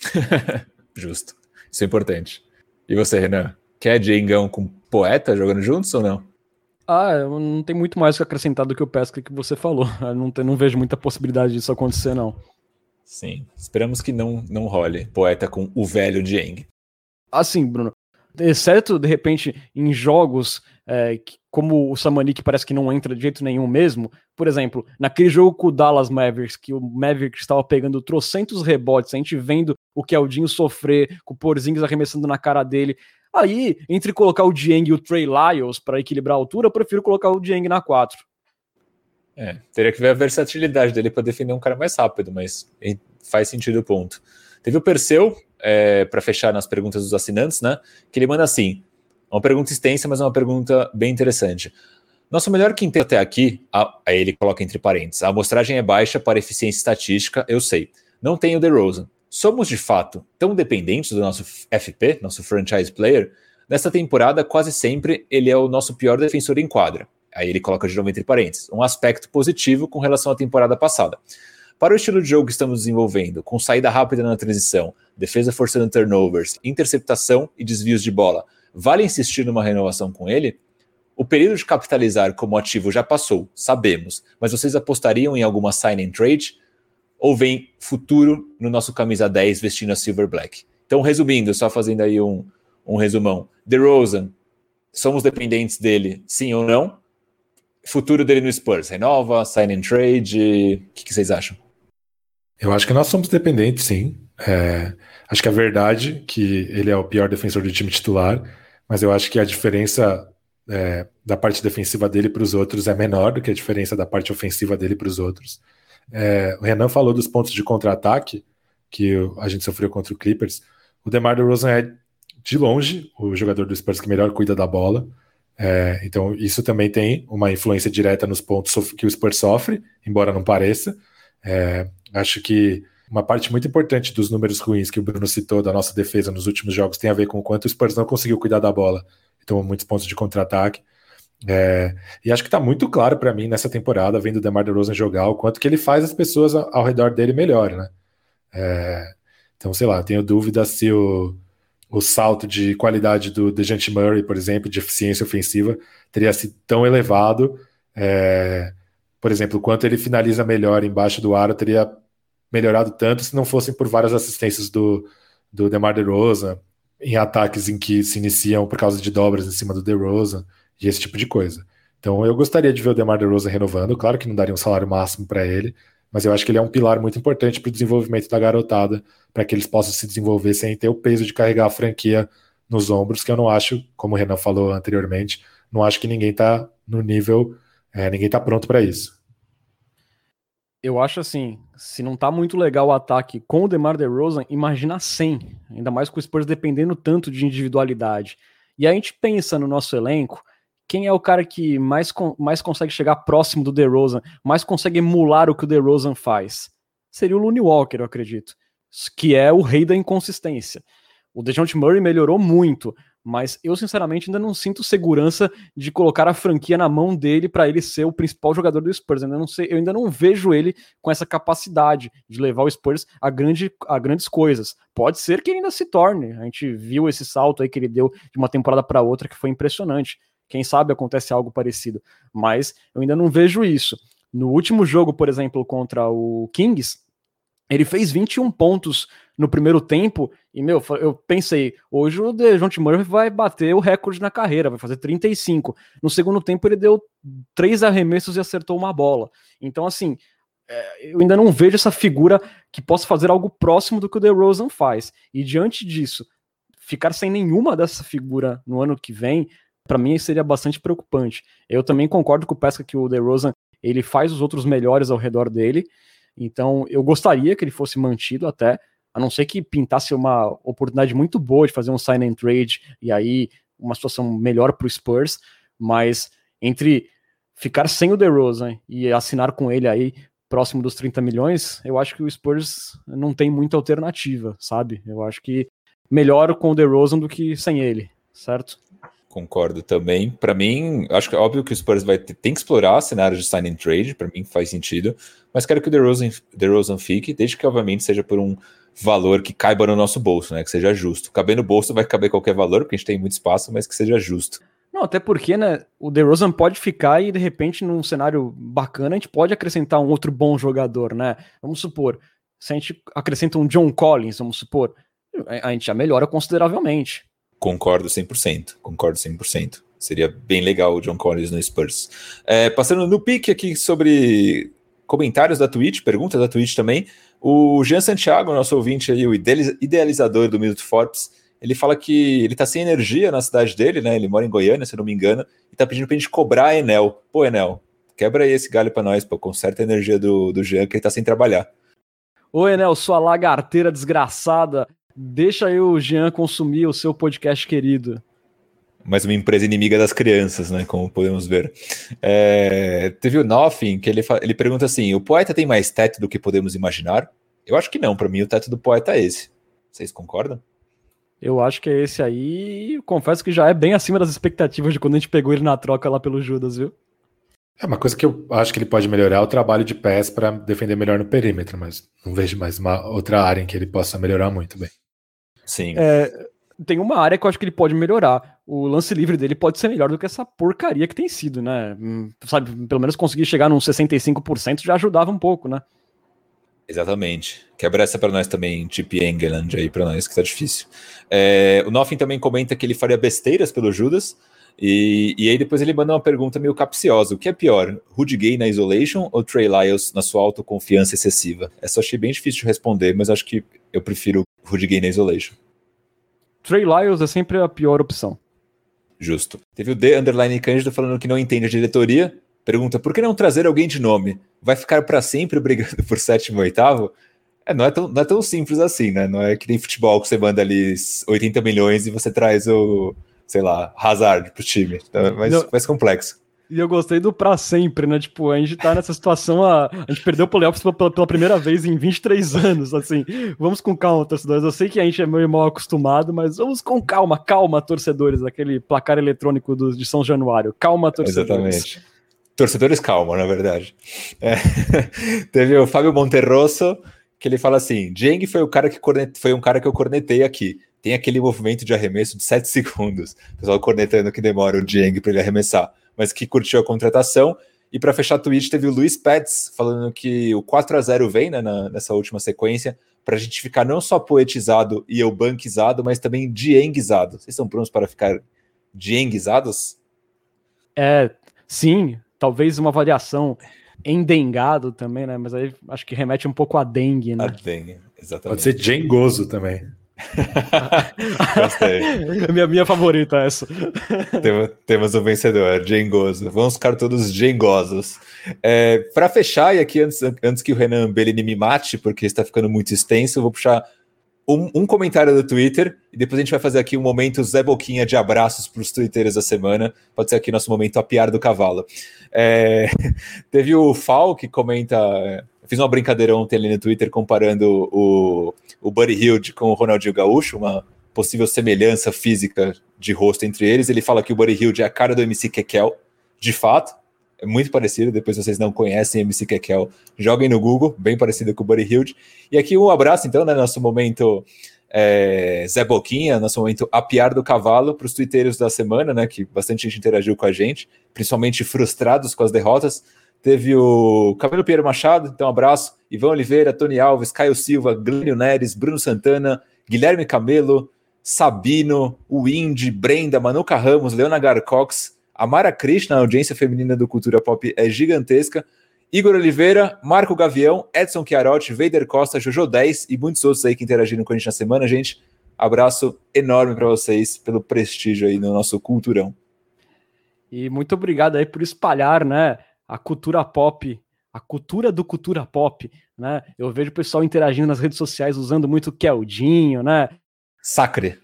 Justo. Isso é importante. E você, Renan? Quer Diengão com Poeta jogando juntos ou não? Eu não tem muito mais que acrescentar do que o Pesca que você falou. Eu não vejo muita possibilidade disso acontecer, não. Sim, esperamos que não role Poeta com o velho Dieng. Assim, Bruno, exceto, de repente, em jogos como o Samanik parece que não entra de jeito nenhum mesmo, por exemplo, naquele jogo com o Dallas Mavericks, que o Mavericks estava pegando trocentos rebotes, a gente vendo o Keldinho sofrer, com o Porzingis arremessando na cara dele, aí, entre colocar o Dieng e o Trey Lyles para equilibrar a altura, eu prefiro colocar o Dieng na 4. Teria que ver a versatilidade dele para defender um cara mais rápido, mas faz sentido o ponto. Teve o Perseu, para fechar nas perguntas dos assinantes, né? Que ele manda assim, uma pergunta extensa, mas uma pergunta bem interessante. Nosso melhor quinteto até aqui, aí ele coloca entre parênteses, a amostragem é baixa para eficiência estatística, eu sei. Não tem o DeRozan. Somos, de fato, tão dependentes do nosso FP, nosso franchise player? Nesta temporada, quase sempre, ele é o nosso pior defensor em quadra. Aí ele coloca de novo entre parênteses, um aspecto positivo com relação à temporada passada. Para o estilo de jogo que estamos desenvolvendo, com saída rápida na transição, defesa forçando turnovers, interceptação e desvios de bola, vale insistir numa renovação com ele? O período de capitalizar como ativo já passou, sabemos, mas vocês apostariam em alguma sign and trade? Ou vem futuro no nosso camisa 10 vestindo a Silver Black? Então, resumindo, só fazendo aí um resumão. DeRozan, somos dependentes dele, sim ou não? Futuro dele no Spurs, renova, sign and trade, o que vocês acham? Eu acho que nós somos dependentes, sim. Acho que é verdade que ele é o pior defensor do time titular, mas eu acho que a diferença da parte defensiva dele para os outros é menor do que a diferença da parte ofensiva dele para os outros. O Renan falou dos pontos de contra-ataque que a gente sofreu contra o Clippers. O DeMar DeRozan é, de longe, o jogador do Spurs que melhor cuida da bola. Então isso também tem uma influência direta nos pontos que o Spurs sofre, embora não pareça. Acho que uma parte muito importante dos números ruins que o Bruno citou da nossa defesa nos últimos jogos tem a ver com o quanto o Spurs não conseguiu cuidar da bola e tomou muitos pontos de contra-ataque. E acho que está muito claro para mim nessa temporada, vendo o DeMar DeRozan jogar, o quanto que ele faz as pessoas ao redor dele melhor, né? Então, sei lá, tenho dúvida se o salto de qualidade do DeJounte Murray, por exemplo, de eficiência ofensiva, teria sido tão elevado. Por exemplo, o quanto ele finaliza melhor embaixo do aro teria melhorado tanto se não fossem por várias assistências do DeMar DeRozan em ataques em que se iniciam por causa de dobras em cima do DeRozan e esse tipo de coisa. Então eu gostaria de ver o DeMar DeRozan renovando, claro que não daria um salário máximo para ele, mas eu acho que ele é um pilar muito importante para o desenvolvimento da garotada, para que eles possam se desenvolver sem ter o peso de carregar a franquia nos ombros, que eu não acho, como o Renan falou anteriormente, não acho que ninguém está no nível, ninguém está pronto para isso. Eu acho assim, se não tá muito legal o ataque com o DeMar DeRozan, imagina sem, ainda mais com o Spurs dependendo tanto de individualidade. E a gente pensa no nosso elenco, quem é o cara que mais consegue chegar próximo do DeRozan, mais consegue emular o que o DeRozan faz? Seria o Lonnie Walker, eu acredito, que é o rei da inconsistência. O DeJounte Murray melhorou muito, mas eu sinceramente ainda não sinto segurança de colocar a franquia na mão dele para ele ser o principal jogador do Spurs. Eu ainda não vejo ele com essa capacidade de levar o Spurs a grandes coisas. Pode ser que ele ainda se torne. A gente viu esse salto aí que ele deu de uma temporada para outra que foi impressionante. Quem sabe acontece algo parecido, mas eu ainda não vejo isso. No último jogo, por exemplo, contra o Kings, ele fez 21 pontos no primeiro tempo e, eu pensei, hoje o DeJounte Murray vai bater o recorde na carreira, vai fazer 35. No segundo tempo ele deu 3 arremessos e acertou uma bola. Então, assim, eu ainda não vejo essa figura que possa fazer algo próximo do que o DeRozan faz. E diante disso, ficar sem nenhuma dessa figura no ano que vem, para mim seria bastante preocupante. Eu também concordo com o Pesca que o DeRozan, ele faz os outros melhores ao redor dele. Então, eu gostaria que ele fosse mantido até, a não ser que pintasse uma oportunidade muito boa de fazer um sign and trade e aí uma situação melhor para o Spurs, mas entre ficar sem o DeRozan e assinar com ele aí próximo dos 30 milhões, eu acho que o Spurs não tem muita alternativa, sabe? Eu acho que melhor com o DeRozan do que sem ele, certo? Concordo também. Para mim, acho que é óbvio que o Spurs tem que explorar cenários de sign and trade, para mim faz sentido, mas quero que o DeRozan fique, desde que obviamente seja por um valor que caiba no nosso bolso, né? Que seja justo. Caber no bolso vai caber qualquer valor, porque a gente tem muito espaço, mas que seja justo. Não, até porque, né, o DeRozan pode ficar e, de repente, num cenário bacana, a gente pode acrescentar um outro bom jogador, né? Vamos supor, se a gente acrescenta um John Collins, vamos supor, a gente já melhora consideravelmente. Concordo 100%. Seria bem legal o John Collins no Spurs. Passando no pique aqui sobre comentários da Twitch, perguntas da Twitch também, o Jean Santiago, nosso ouvinte aí, o idealizador do Minuto Forbes, ele fala que ele tá sem energia na cidade dele, né? Ele mora em Goiânia, se eu não me engano, e tá pedindo pra gente cobrar a Enel. Pô, Enel, quebra aí esse galho pra nós, pô, conserta a energia do Jean, que ele tá sem trabalhar. Ô, Enel, sua lagarteira desgraçada, deixa aí o Jean consumir o seu podcast querido. Mais uma empresa inimiga das crianças, né? Como podemos ver. Teve o Nothing, que ele pergunta assim: o poeta tem mais teto do que podemos imaginar? Eu acho que não, para mim o teto do poeta é esse. Vocês concordam? Eu acho que é esse aí, confesso que já é bem acima das expectativas de quando a gente pegou ele na troca lá pelo Judas, viu? É uma coisa que eu acho que ele pode melhorar, o trabalho de pés para defender melhor no perímetro, mas não vejo mais uma outra área em que ele possa melhorar muito bem. Sim. Tem uma área que eu acho que ele pode melhorar. O lance livre dele pode ser melhor do que essa porcaria que tem sido, né? Sabe, pelo menos conseguir chegar num 65% já ajudava um pouco, né? Exatamente. Quebra essa para nós também, Chip Engeland aí para nós, que tá difícil. O Nothing também comenta que ele faria besteiras pelo Judas, e aí depois ele manda uma pergunta meio capciosa. O que é pior, Rudy Gay na isolation ou Trey Lyles na sua autoconfiança excessiva? Essa eu achei bem difícil de responder, mas acho que eu prefiro Rudy Gay na isolation. Trey Lyles é sempre a pior opção. Justo. Teve o _Cândido falando que não entende a diretoria. Pergunta, por que não trazer alguém de nome? Vai ficar para sempre brigando por 7º e 8º? Não é tão simples assim, né? Não é que nem futebol que você manda ali 80 milhões e você traz o, sei lá, Hazard pro time. Então, mais complexo. E eu gostei do pra sempre, né? Tipo, a gente tá nessa situação, a gente perdeu o playoffs pela primeira vez em 23 anos, assim. Vamos com calma, torcedores. Eu sei que a gente é meio mal acostumado, mas vamos com calma, torcedores, aquele placar eletrônico de São Januário. Calma, torcedores. Exatamente. Torcedores, calma, na verdade. Teve o Fábio Monterroso, que ele fala assim, Dieng foi um cara que eu cornetei aqui. Tem aquele movimento de arremesso de 7 segundos. O pessoal cornetando que demora o Dieng para ele arremessar, mas que curtiu a contratação. E para fechar a Twitch, teve o Luiz Pets falando que o 4-0 vem, né, nessa última sequência, para a gente ficar não só poetizado e eubanquizado, mas também dienguizado. Vocês estão prontos para ficar dienguizados? Sim, talvez uma variação endengado também, né? Mas aí acho que remete um pouco a dengue, né? A dengue, exatamente. Pode ser jengoso também. Gostei. Minha favorita essa. Temos um vencedor, jengoso. Vamos ficar todos jengosos. Para fechar, e aqui antes que o Renan Bellini me mate, porque está ficando muito extenso, eu vou puxar um comentário do Twitter, e depois a gente vai fazer aqui um momento Zé Boquinha de abraços para os twitteiros da semana. Pode ser aqui nosso momento apiar do cavalo. Teve o Fal que comenta... Fiz uma brincadeira ontem ali no Twitter comparando o Buddy Hield com o Ronaldinho Gaúcho, uma possível semelhança física de rosto entre eles. Ele fala que o Buddy Hield é a cara do MC Kekel, de fato. É muito parecido, depois se vocês não conhecem MC Kekel, joguem no Google, bem parecido com o Buddy Hield. E aqui um abraço, então, né, nosso momento Zé Boquinha, nosso momento apiar do cavalo para os twitteiros da semana, né, que bastante gente interagiu com a gente, principalmente frustrados com as derrotas. Teve o Camilo Pinheiro Machado, então um abraço, Ivan Oliveira, Tony Alves, Caio Silva, Glênio Neres, Bruno Santana, Guilherme Camelo, Sabino, o Indy, Brenda, Manuca Ramos, Leona Garcox, a Mara Krishna, a audiência feminina do Cultura Pop é gigantesca, Igor Oliveira, Marco Gavião, Edson Chiarotti, Vader Costa, Jojo 10 e muitos outros aí que interagiram com a gente na semana, gente. Abraço enorme para vocês pelo prestígio aí no nosso Culturão. E muito obrigado aí por espalhar, né, a cultura pop, a cultura do cultura pop, né? Eu vejo o pessoal interagindo nas redes sociais usando muito Keldinho, né? Sacre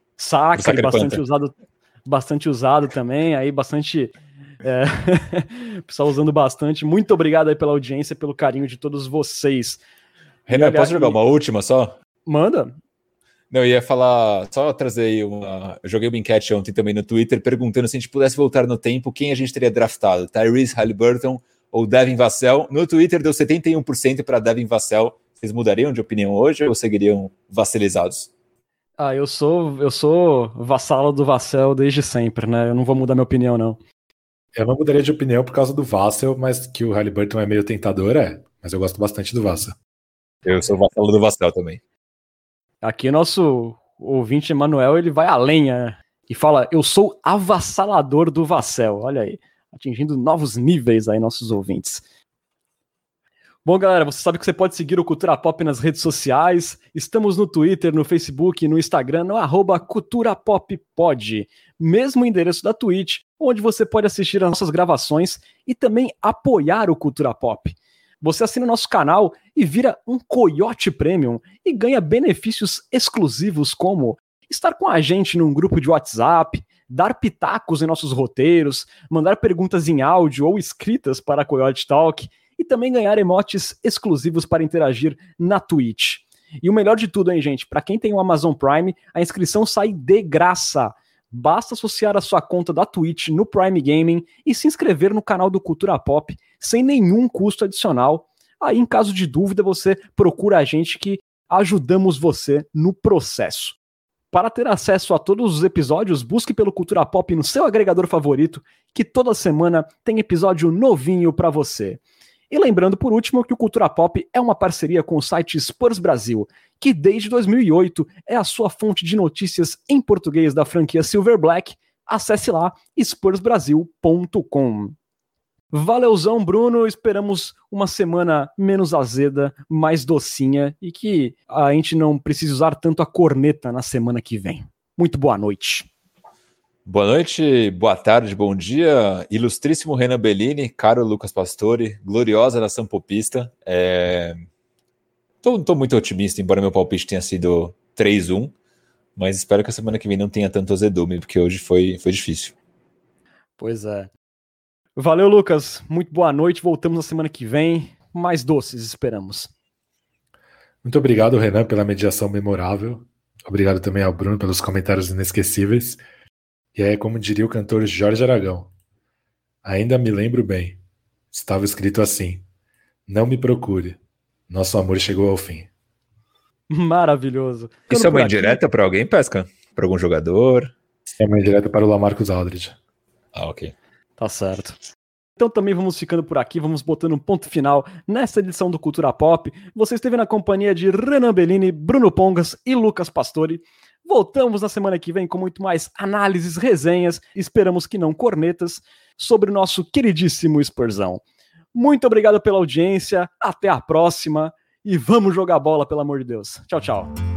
bastante usado também, aí bastante pessoal usando bastante. Muito obrigado aí pela audiência, pelo carinho de todos vocês. Renan, posso jogar uma última só? Manda. Não, eu ia falar, só trazer aí eu joguei uma enquete ontem também no Twitter, perguntando se a gente pudesse voltar no tempo, quem a gente teria draftado, Tyrese Haliburton ou Devin Vassell. No Twitter deu 71% para Devin Vassell. Vocês mudariam de opinião hoje ou seguiriam vassalizados? Eu sou vassalo do Vassell desde sempre, né? Eu não vou mudar minha opinião, não. Eu não mudaria de opinião por causa do Vassell, mas que o Haliburton é meio tentador, mas eu gosto bastante do Vassell. Eu sou vassalo do Vassell também. Aqui o nosso ouvinte Emanuel, ele vai além e fala, eu sou avassalador do Vassell. Olha aí, atingindo novos níveis aí nossos ouvintes. Bom, galera, você sabe que você pode seguir o Cultura Pop nas redes sociais. Estamos no Twitter, no Facebook, no Instagram, no @CulturaPopPod. Mesmo endereço da Twitch, onde você pode assistir as nossas gravações e também apoiar o Cultura Pop. Você assina o nosso canal e vira um Coiote Premium e ganha benefícios exclusivos como estar com a gente num grupo de WhatsApp, dar pitacos em nossos roteiros, mandar perguntas em áudio ou escritas para a Coiote Talk, e também ganhar emotes exclusivos para interagir na Twitch. E o melhor de tudo, hein, gente? Para quem tem o Amazon Prime, a inscrição sai de graça. Basta associar a sua conta da Twitch no Prime Gaming e se inscrever no canal do Cultura Pop sem nenhum custo adicional. Aí, em caso de dúvida, você procura a gente que ajudamos você no processo. Para ter acesso a todos os episódios, busque pelo Cultura Pop no seu agregador favorito, que toda semana tem episódio novinho para você. E lembrando, por último, que o Cultura Pop é uma parceria com o site Spurs Brasil, que desde 2008 é a sua fonte de notícias em português da franquia Silver Black. Acesse lá, spursbrasil.com. Valeuzão, Bruno. Esperamos uma semana menos azeda, mais docinha e que a gente não precise usar tanto a corneta na semana que vem. Muito boa noite. Boa noite, boa tarde, bom dia, ilustríssimo Renan Bellini, caro Lucas Pastore, gloriosa nação popista. Tô muito otimista, embora meu palpite tenha sido 3-1, mas espero que a semana que vem não tenha tanto azedume, porque hoje foi difícil. Pois é. Valeu, Lucas, muito boa noite, voltamos na semana que vem, mais doces, esperamos. Muito obrigado, Renan, pela mediação memorável, obrigado também ao Bruno pelos comentários inesquecíveis. E aí, como diria o cantor Jorge Aragão, ainda me lembro bem, estava escrito assim, não me procure, nosso amor chegou ao fim. Maravilhoso. Isso é uma indireta para alguém, Pesca? Para algum jogador? É uma indireta para o Lamarcus Aldridge. Ah, ok. Tá certo. Então também vamos ficando por aqui, vamos botando um ponto final nessa edição do Cultura Pop. Você esteve na companhia de Renan Bellini, Bruno Pongas e Lucas Pastore. Voltamos na semana que vem com muito mais análises, resenhas, esperamos que não cornetas, sobre o nosso queridíssimo Spursão. Muito obrigado pela audiência, até a próxima e vamos jogar bola, pelo amor de Deus. Tchau, tchau.